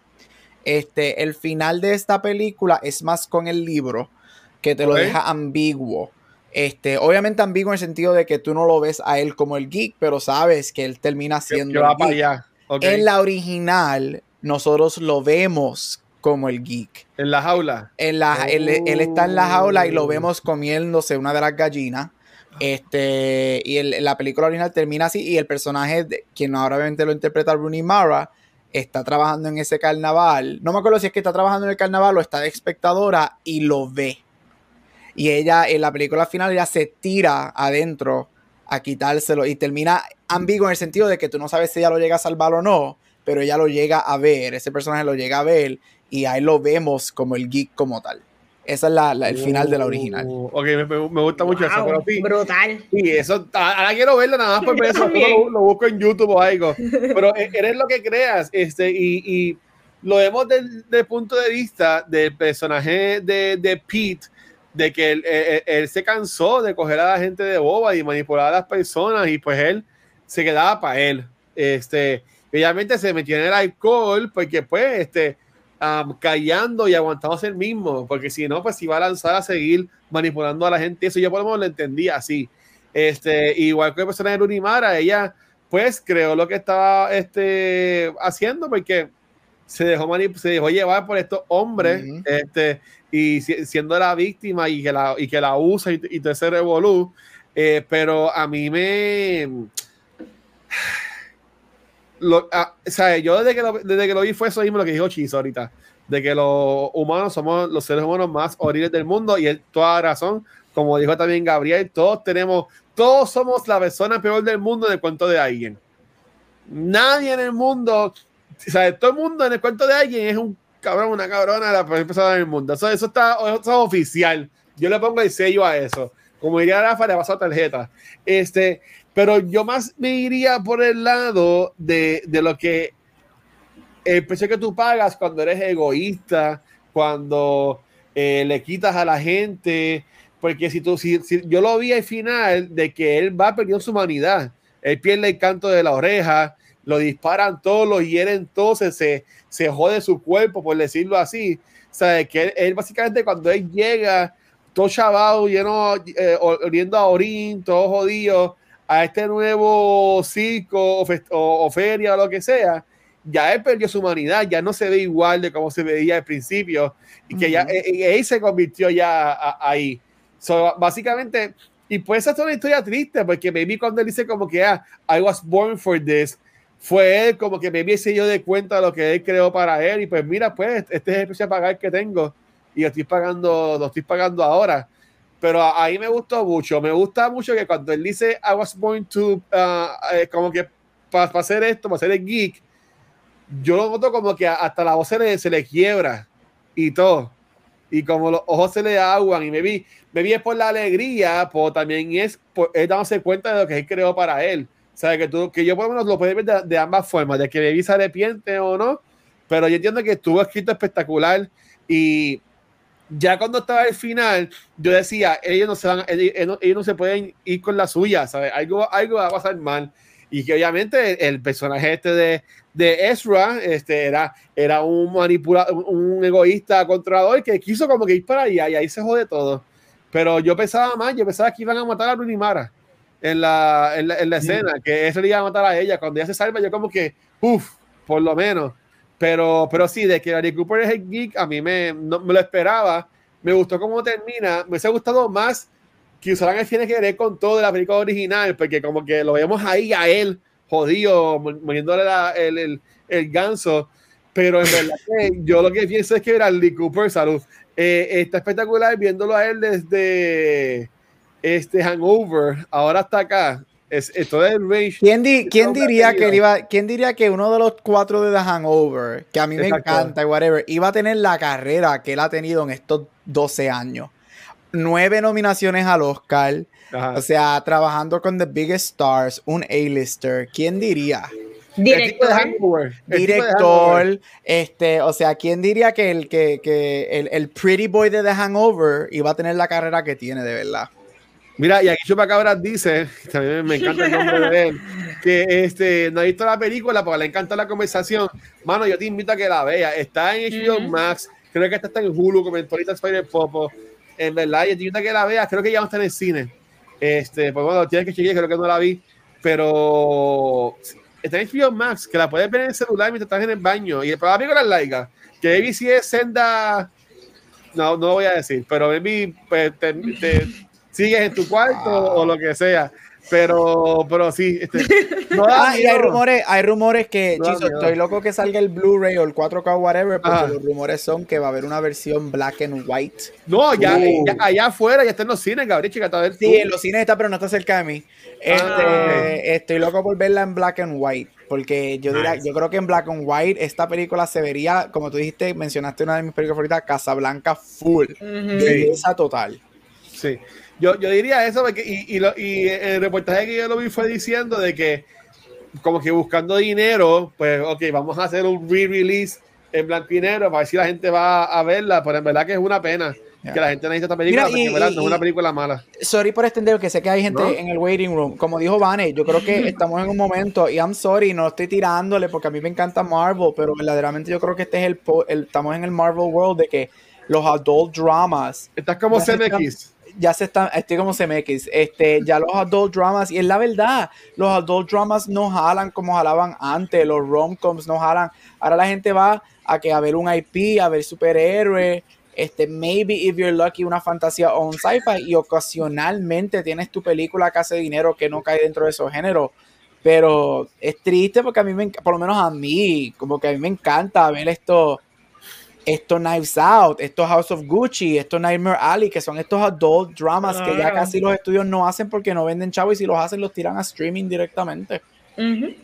Este, el final de esta película es más con el libro, que te okay. lo deja ambiguo. Este, obviamente ambiguo en el sentido de que tú no lo ves a él como el geek, pero sabes que él termina siendo que, que va el para geek. Allá. Okay. En la original, nosotros lo vemos como el geek. En la jaula. En la, oh. él, él está en la jaula y lo vemos comiéndose una de las gallinas. Este, y el, la película original termina así, y el personaje, de, quien ahora obviamente lo interpreta Rooney Mara, está trabajando en ese carnaval. No me acuerdo si es que está trabajando en el carnaval o está de espectadora y lo ve. Y ella, en la película final, ella se tira adentro a quitárselo y termina ambiguo en el sentido de que tú no sabes si ella lo llega a salvar o no, pero ella lo llega a ver, ese personaje lo llega a ver, y ahí lo vemos como el geek como tal. Ese es la, la, el final uh, de la original. Ok, me, me gusta mucho wow, eso. Pero sí, brutal. Sí, eso, ahora quiero verlo nada más por ver eso, lo, lo busco en YouTube o algo. Pero eres lo que creas, este, y, y lo vemos desde el punto de vista del personaje de, de Pete, de que él, él, él se cansó de coger a la gente de boba y manipular a las personas, y pues él se quedaba para él. Este, obviamente se metió en el alcohol porque pues, este, Um, callando y aguantándose el mismo, porque si no, pues se iba a lanzar a seguir manipulando a la gente. Eso yo por lo menos lo entendía así. Este, igual que el personaje de Rooney Mara, ella pues creó lo que estaba este, haciendo, porque se dejó, se dejó llevar por estos hombres, uh-huh. este, y siendo la víctima y que la, y que la usa y, y todo ese revolú. Eh, pero a mí me... Lo, ah, o sea, yo desde que, lo, desde que lo vi fue eso mismo lo que dijo Chizo ahorita, de que los humanos somos los seres humanos más horribles del mundo, y él toda razón, como dijo también Gabriel, todos tenemos, todos somos la persona peor del mundo en el cuento de alguien. Nadie en el mundo, o sea, todo el mundo en el cuento de alguien es un cabrón, una cabrona, la peor persona del mundo. Eso, eso, está, eso está oficial. Yo le pongo el sello a eso. Como diría Rafa, le paso tarjeta. Este, pero yo más me iría por el lado de, de lo que el precio que tú pagas cuando eres egoísta, cuando eh, le quitas a la gente, porque si tú, si, si yo lo vi al final de que él va perdiendo su humanidad, él pierde el canto de la oreja, lo disparan todos, lo hieren todos, se, se jode su cuerpo, por decirlo así. O sea, que él, él básicamente cuando él llega todo chavado, lleno, eh, oliendo a orín, todo jodido, a este nuevo circo o, o, o feria o lo que sea, ya él perdió su humanidad, ya no se ve igual de como se veía al principio, y que uh-huh. ya eh, él se convirtió ya a, a, ahí. So, básicamente, y pues esa es una historia triste, porque maybe cuando él dice como que ah, I was born for this, fue él como que maybe se dio de cuenta de lo que él creó para él, y pues mira, pues este es el precio a pagar que tengo, y lo estoy pagando, lo estoy pagando ahora. Pero ahí me gustó mucho, me gusta mucho que cuando él dice I was born to, uh, eh, como que para pa hacer esto, para ser el geek, yo lo noto como que hasta la voz se le, se le quiebra y todo. Y como los ojos se le aguan y me vi, me vi es por la alegría, pero también es por él dándose cuenta de lo que él creó para él. O sea, que, tú, que yo por lo menos lo puedo ver de, de ambas formas, de que Baby se arrepiente o no, pero yo entiendo que estuvo escrito espectacular y ya cuando estaba al final, yo decía, ellos no se van, ellos, ellos no se pueden ir con la suya, ¿sabes? Algo, algo va a pasar mal. Y que obviamente el, el personaje este de, de Ezra este, era, era un manipulador, un egoísta controlador que quiso como que ir para allá y ahí se jode todo. Pero yo pensaba más, yo pensaba que iban a matar a Rooney Mara en la, en la, en la escena, mm. que eso le iba a matar a ella. Cuando ella se salva, yo como que, uff, por lo menos. Pero, pero sí, de que Gary Cooper es el geek, a mí me, no, me lo esperaba. Me gustó cómo termina. Me hubiese gustado más que usaran el tiene que ver con todo de la película original, porque como que lo vemos ahí a él, jodido, muriéndole la, el, el, el ganso. Pero en verdad que yo lo que pienso es que Bradley Cooper, salud, eh, está espectacular viéndolo a él desde este Hangover, ahora hasta acá. Es, esto es el range. ¿Quién, di, ¿quién diría que él iba, quién diría que uno de los cuatro de The Hangover, que a mí me Exacto. encanta y whatever, iba a tener la carrera que él ha tenido en estos doce años? Nueve nominaciones al Oscar, Ajá. o sea, trabajando con the biggest stars, un A-lister. ¿Quién diría? Director, Director, este, o sea, ¿quién diría que el que, que el, el pretty boy de The Hangover iba a tener la carrera que tiene, de verdad? Mira, y aquí Chupacabras dice, también me encanta el nombre de él, que este, no ha visto la película, porque le encanta la conversación. Mano, yo te invito a que la veas. Está en H B O mm-hmm. Max, creo que esta está en Hulu, comentó ahorita Spider Popo. En verdad, yo te invito a que la veas, creo que ya no está en el cine. Este, pues bueno, tienes que chequear, creo que no la vi, pero está en H B O Max, que la puedes ver en el celular mientras estás en el baño. Y después la película es laica, que baby si es senda, no, no lo voy a decir, pero baby, pues, te, te sigues en tu cuarto wow. o lo que sea. Pero, pero sí. Este, no ah, y hay rumores, hay rumores que, no chiso, estoy loco que salga el Blu-ray o el cuatro K, whatever, porque Ajá. los rumores son que va a haber una versión black and white. No, ya, uh. ya allá afuera, ya está en los cines, Gabriel, chica, a ver. Sí, tú. En los cines está, pero no está cerca de mí. Este, ah. Estoy loco por verla en black and white, porque yo diría, nice. yo creo que en black and white esta película se vería, como tú dijiste, mencionaste una de mis películas favoritas, Casablanca full, uh-huh. belleza sí. total. Sí. Yo, yo diría eso, porque, y, y, lo, y el reportaje que yo lo vi fue diciendo de que, como que buscando dinero, pues, ok, vamos a hacer un re-release en blanco y negro para ver si la gente va a verla, pero en verdad que es una pena yeah. que la gente necesita esta película, Mira, y, porque y, no es una película mala. Sorry por extender, que sé que hay gente ¿No? en el waiting room. Como dijo Vane, yo creo que estamos en un momento, y I'm sorry, no estoy tirándole, porque a mí me encanta Marvel, pero verdaderamente yo creo que este es el, el estamos en el Marvel world de que los adult dramas... Estás como C M X. Ya se están, estoy como C M X, este, ya los adult dramas, y es la verdad, los adult dramas no jalan como jalaban antes, los rom-coms no jalan, ahora la gente va a que a ver un I P, a ver superhéroes, este, maybe if you're lucky una fantasía o un sci-fi, y ocasionalmente tienes tu película que hace dinero que no cae dentro de esos géneros, pero es triste porque a mí, me, por lo menos a mí, como que a mí me encanta ver esto, estos Knives Out, estos House of Gucci, estos Nightmare Alley, que son estos adult dramas ah. que ya casi los estudios no hacen porque no venden chavos, y si los hacen los tiran a streaming directamente. Uh-huh.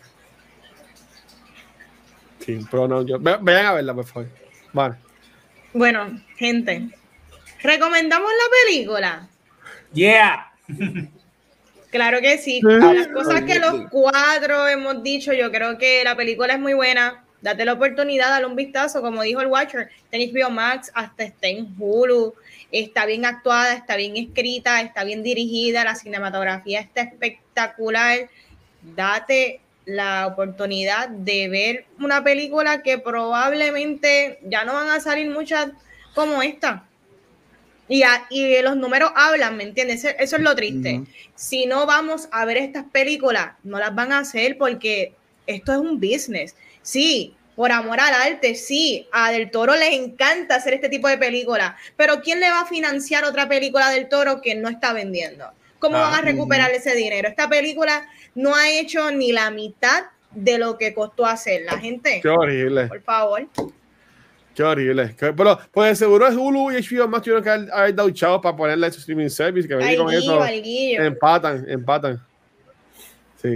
Sí, pero no, yo, vayan a verla, por favor. Vale. Bueno, gente, ¿recomendamos la película? Yeah. Claro que sí. A las cosas que los cuatro hemos dicho, yo creo que la película es muy buena. Date la oportunidad, dale un vistazo, como dijo el Watcher, está en H B O Max, hasta está en Hulu, está bien actuada, está bien escrita, está bien dirigida, la cinematografía está espectacular. Date la oportunidad de ver una película que probablemente ya no van a salir muchas como esta. Y, a, y los números hablan, ¿me entiendes? Eso, eso es lo triste. Uh-huh. Si no vamos a ver estas películas, no las van a hacer porque esto es un business. Sí, por amor al arte, sí, a Del Toro les encanta hacer este tipo de películas, pero ¿quién le va a financiar otra película del Toro que no está vendiendo? ¿Cómo ah, van a recuperar uh-huh. ese dinero? Esta película no ha hecho ni la mitad de lo que costó hacerla, gente. Qué horrible. Por favor. Qué horrible. Qué, pero pues seguro es Hulu y H B O Max tuvieron que haber, haber dado chao para ponerle su streaming service, que venir con eso. Alguillo. Empatan, empatan. Sí.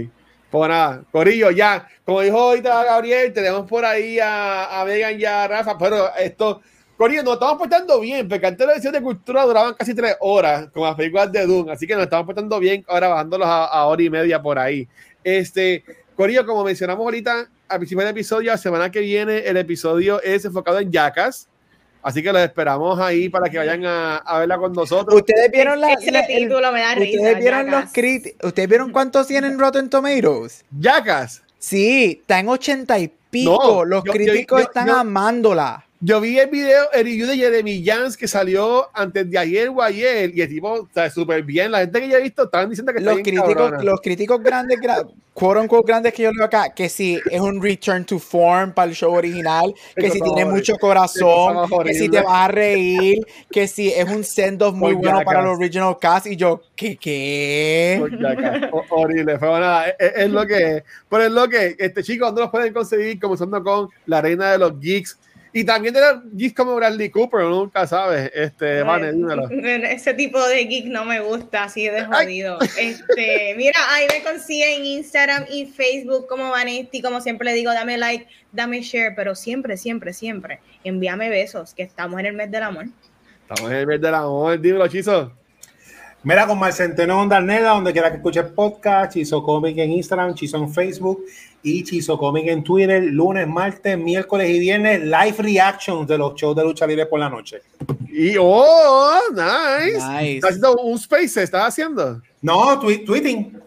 Pues nada, Corillo, ya, como dijo ahorita Gabriel, tenemos por ahí a, a Megan y a Rafa, pero esto, Corillo, nos estamos portando bien, porque antes las ediciones de cultura duraban casi tres horas con las películas de Doom, así que nos estamos portando bien, ahora bajándolos a, a hora y media por ahí. Este, Corillo, como mencionamos ahorita al principio del episodio, la semana que viene el episodio es enfocado en Jackass. Así que los esperamos ahí para que vayan a, a verla con nosotros. Ustedes vieron la, Ese la- título me da ustedes risa, vieron Jackass. los críticos. ¿Ustedes vieron cuántos tienen Rotten Tomatoes? Jackass. Sí, está en ochenta y pico. No, los yo- yo- críticos yo- están yo- amándola. Yo vi el video, el review de Jeremy Jans que salió antes de ayer o ayer y el tipo está súper bien. La gente que yo he visto estaban diciendo que está Los bien críticos, cabrona. los críticos grandes, gra- quote unquote grandes que yo leo acá, que si es un return to form para el show original, que Qué si cosa tiene horrible. mucho Qué cosa corazón, más que si horrible. te vas a reír, que si es un send-off muy Por bueno para el Jackass. original cast. Y yo, ¿qué qué? Por Jackass. O- horrible, pero nada, es, es lo que es. Pero es lo que, este chicos, ¿dónde los pueden conseguir? Comenzando con la reina de los geeks. Y también de los geeks como Bradley Cooper, uno nunca sabe. Este, Vane, dímelo. Ese tipo de geek no me gusta, así de jodido. Este, mira, ahí me consiguen en Instagram y Facebook como Vanesti, como siempre le digo, dame like, dame share, pero siempre, siempre, siempre, envíame besos, que estamos en el mes del amor. Estamos en el mes del amor, dímelo, Chizo. Mira, con Marcenteno Onda Neda, donde quiera que escuches podcast, Chizo Comic en Instagram, Chizo en Facebook y Chizo Comic en Twitter, lunes, martes, miércoles y viernes, live reactions de los shows de lucha libre por la noche. Y, oh, nice. Nice. ¿Estás haciendo un space? ¿Estás haciendo? No, twi- tweeting.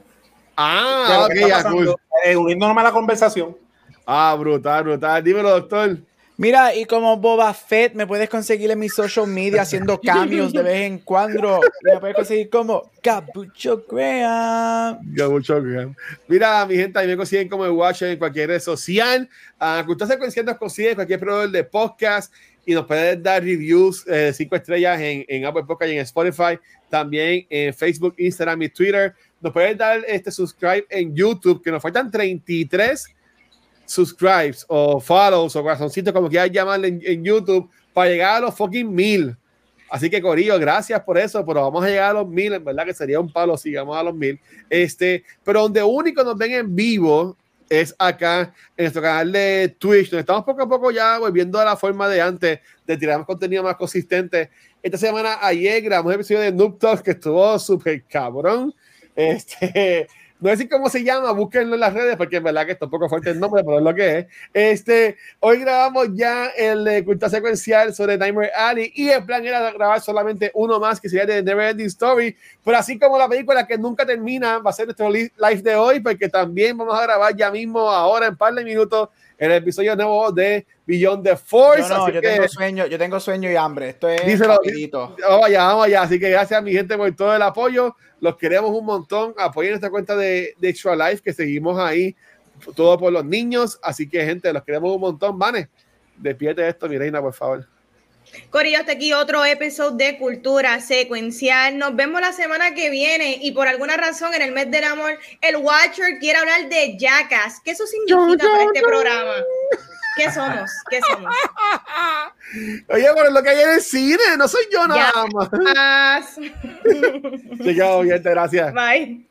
Ah, De lo ok, que está ya, pasando, cool. eh, uniéndonos a la conversación. Ah, brutal, brutal. Dímelo, doctor. Mira, y como Boba Fett, me puedes conseguir en mis social media haciendo cambios de vez en cuando. Y me puedes conseguir como Capucho Graham. Ya, mucho bien. Mira, mi gente, ahí me consiguen como el Watcher en cualquier red social. Uh, Cultura Secuencial nos consigue en cualquier proveedor de podcast y nos pueden dar reviews de eh, cinco estrellas en, en Apple Podcast y en Spotify. También en Facebook, Instagram y Twitter. Nos pueden dar este subscribe en YouTube, que nos faltan treinta y tres subscribes o follows o corazoncitos, como quieras llamarle en, en YouTube, para llegar a los fucking mil. Así que, Corillo, gracias por eso, pero vamos a llegar a los mil, en verdad que sería un palo si llegamos a los mil. Este, pero donde único nos ven en vivo es acá en nuestro canal de Twitch, donde estamos poco a poco ya volviendo a la forma de antes, de tirar más contenido más consistente. Esta semana, ayer, grabamos el episodio de Noob Talk, que estuvo súper cabrón. Este... No sé cómo se llama, búsquenlo en las redes porque es verdad que está un poco fuerte el nombre, pero es lo que es. Este, hoy grabamos ya el de Cultura Secuencial sobre Nightmare Alley y el plan era grabar solamente uno más que sería de Never Ending Story, pero así como la película que nunca termina va a ser nuestro live de hoy porque también vamos a grabar ya mismo ahora en un par de minutos el episodio nuevo de Beyond the Force. Yo no, así yo que, tengo sueño, yo tengo sueño y hambre. Esto es díselo, rapidito. Vamos allá, vamos allá. Así que gracias a mi gente por todo el apoyo. Los queremos un montón. Apoyen esta cuenta de, de Extra Life, que seguimos ahí, todo por los niños. Así que, gente, los queremos un montón. Vane, despierte esto, mi reina, por favor. Corillo, hasta aquí otro episodio de Cultura Secuencial. Nos vemos la semana que viene y por alguna razón en el mes del amor el Watcher quiere hablar de Jackass. ¿Qué eso significa para este programa? ¿Qué somos? ¿Qué somos? Oye, pero es lo que hay en el cine, no soy yo nada más. Jackass. Chicos, gente, gracias. Bye.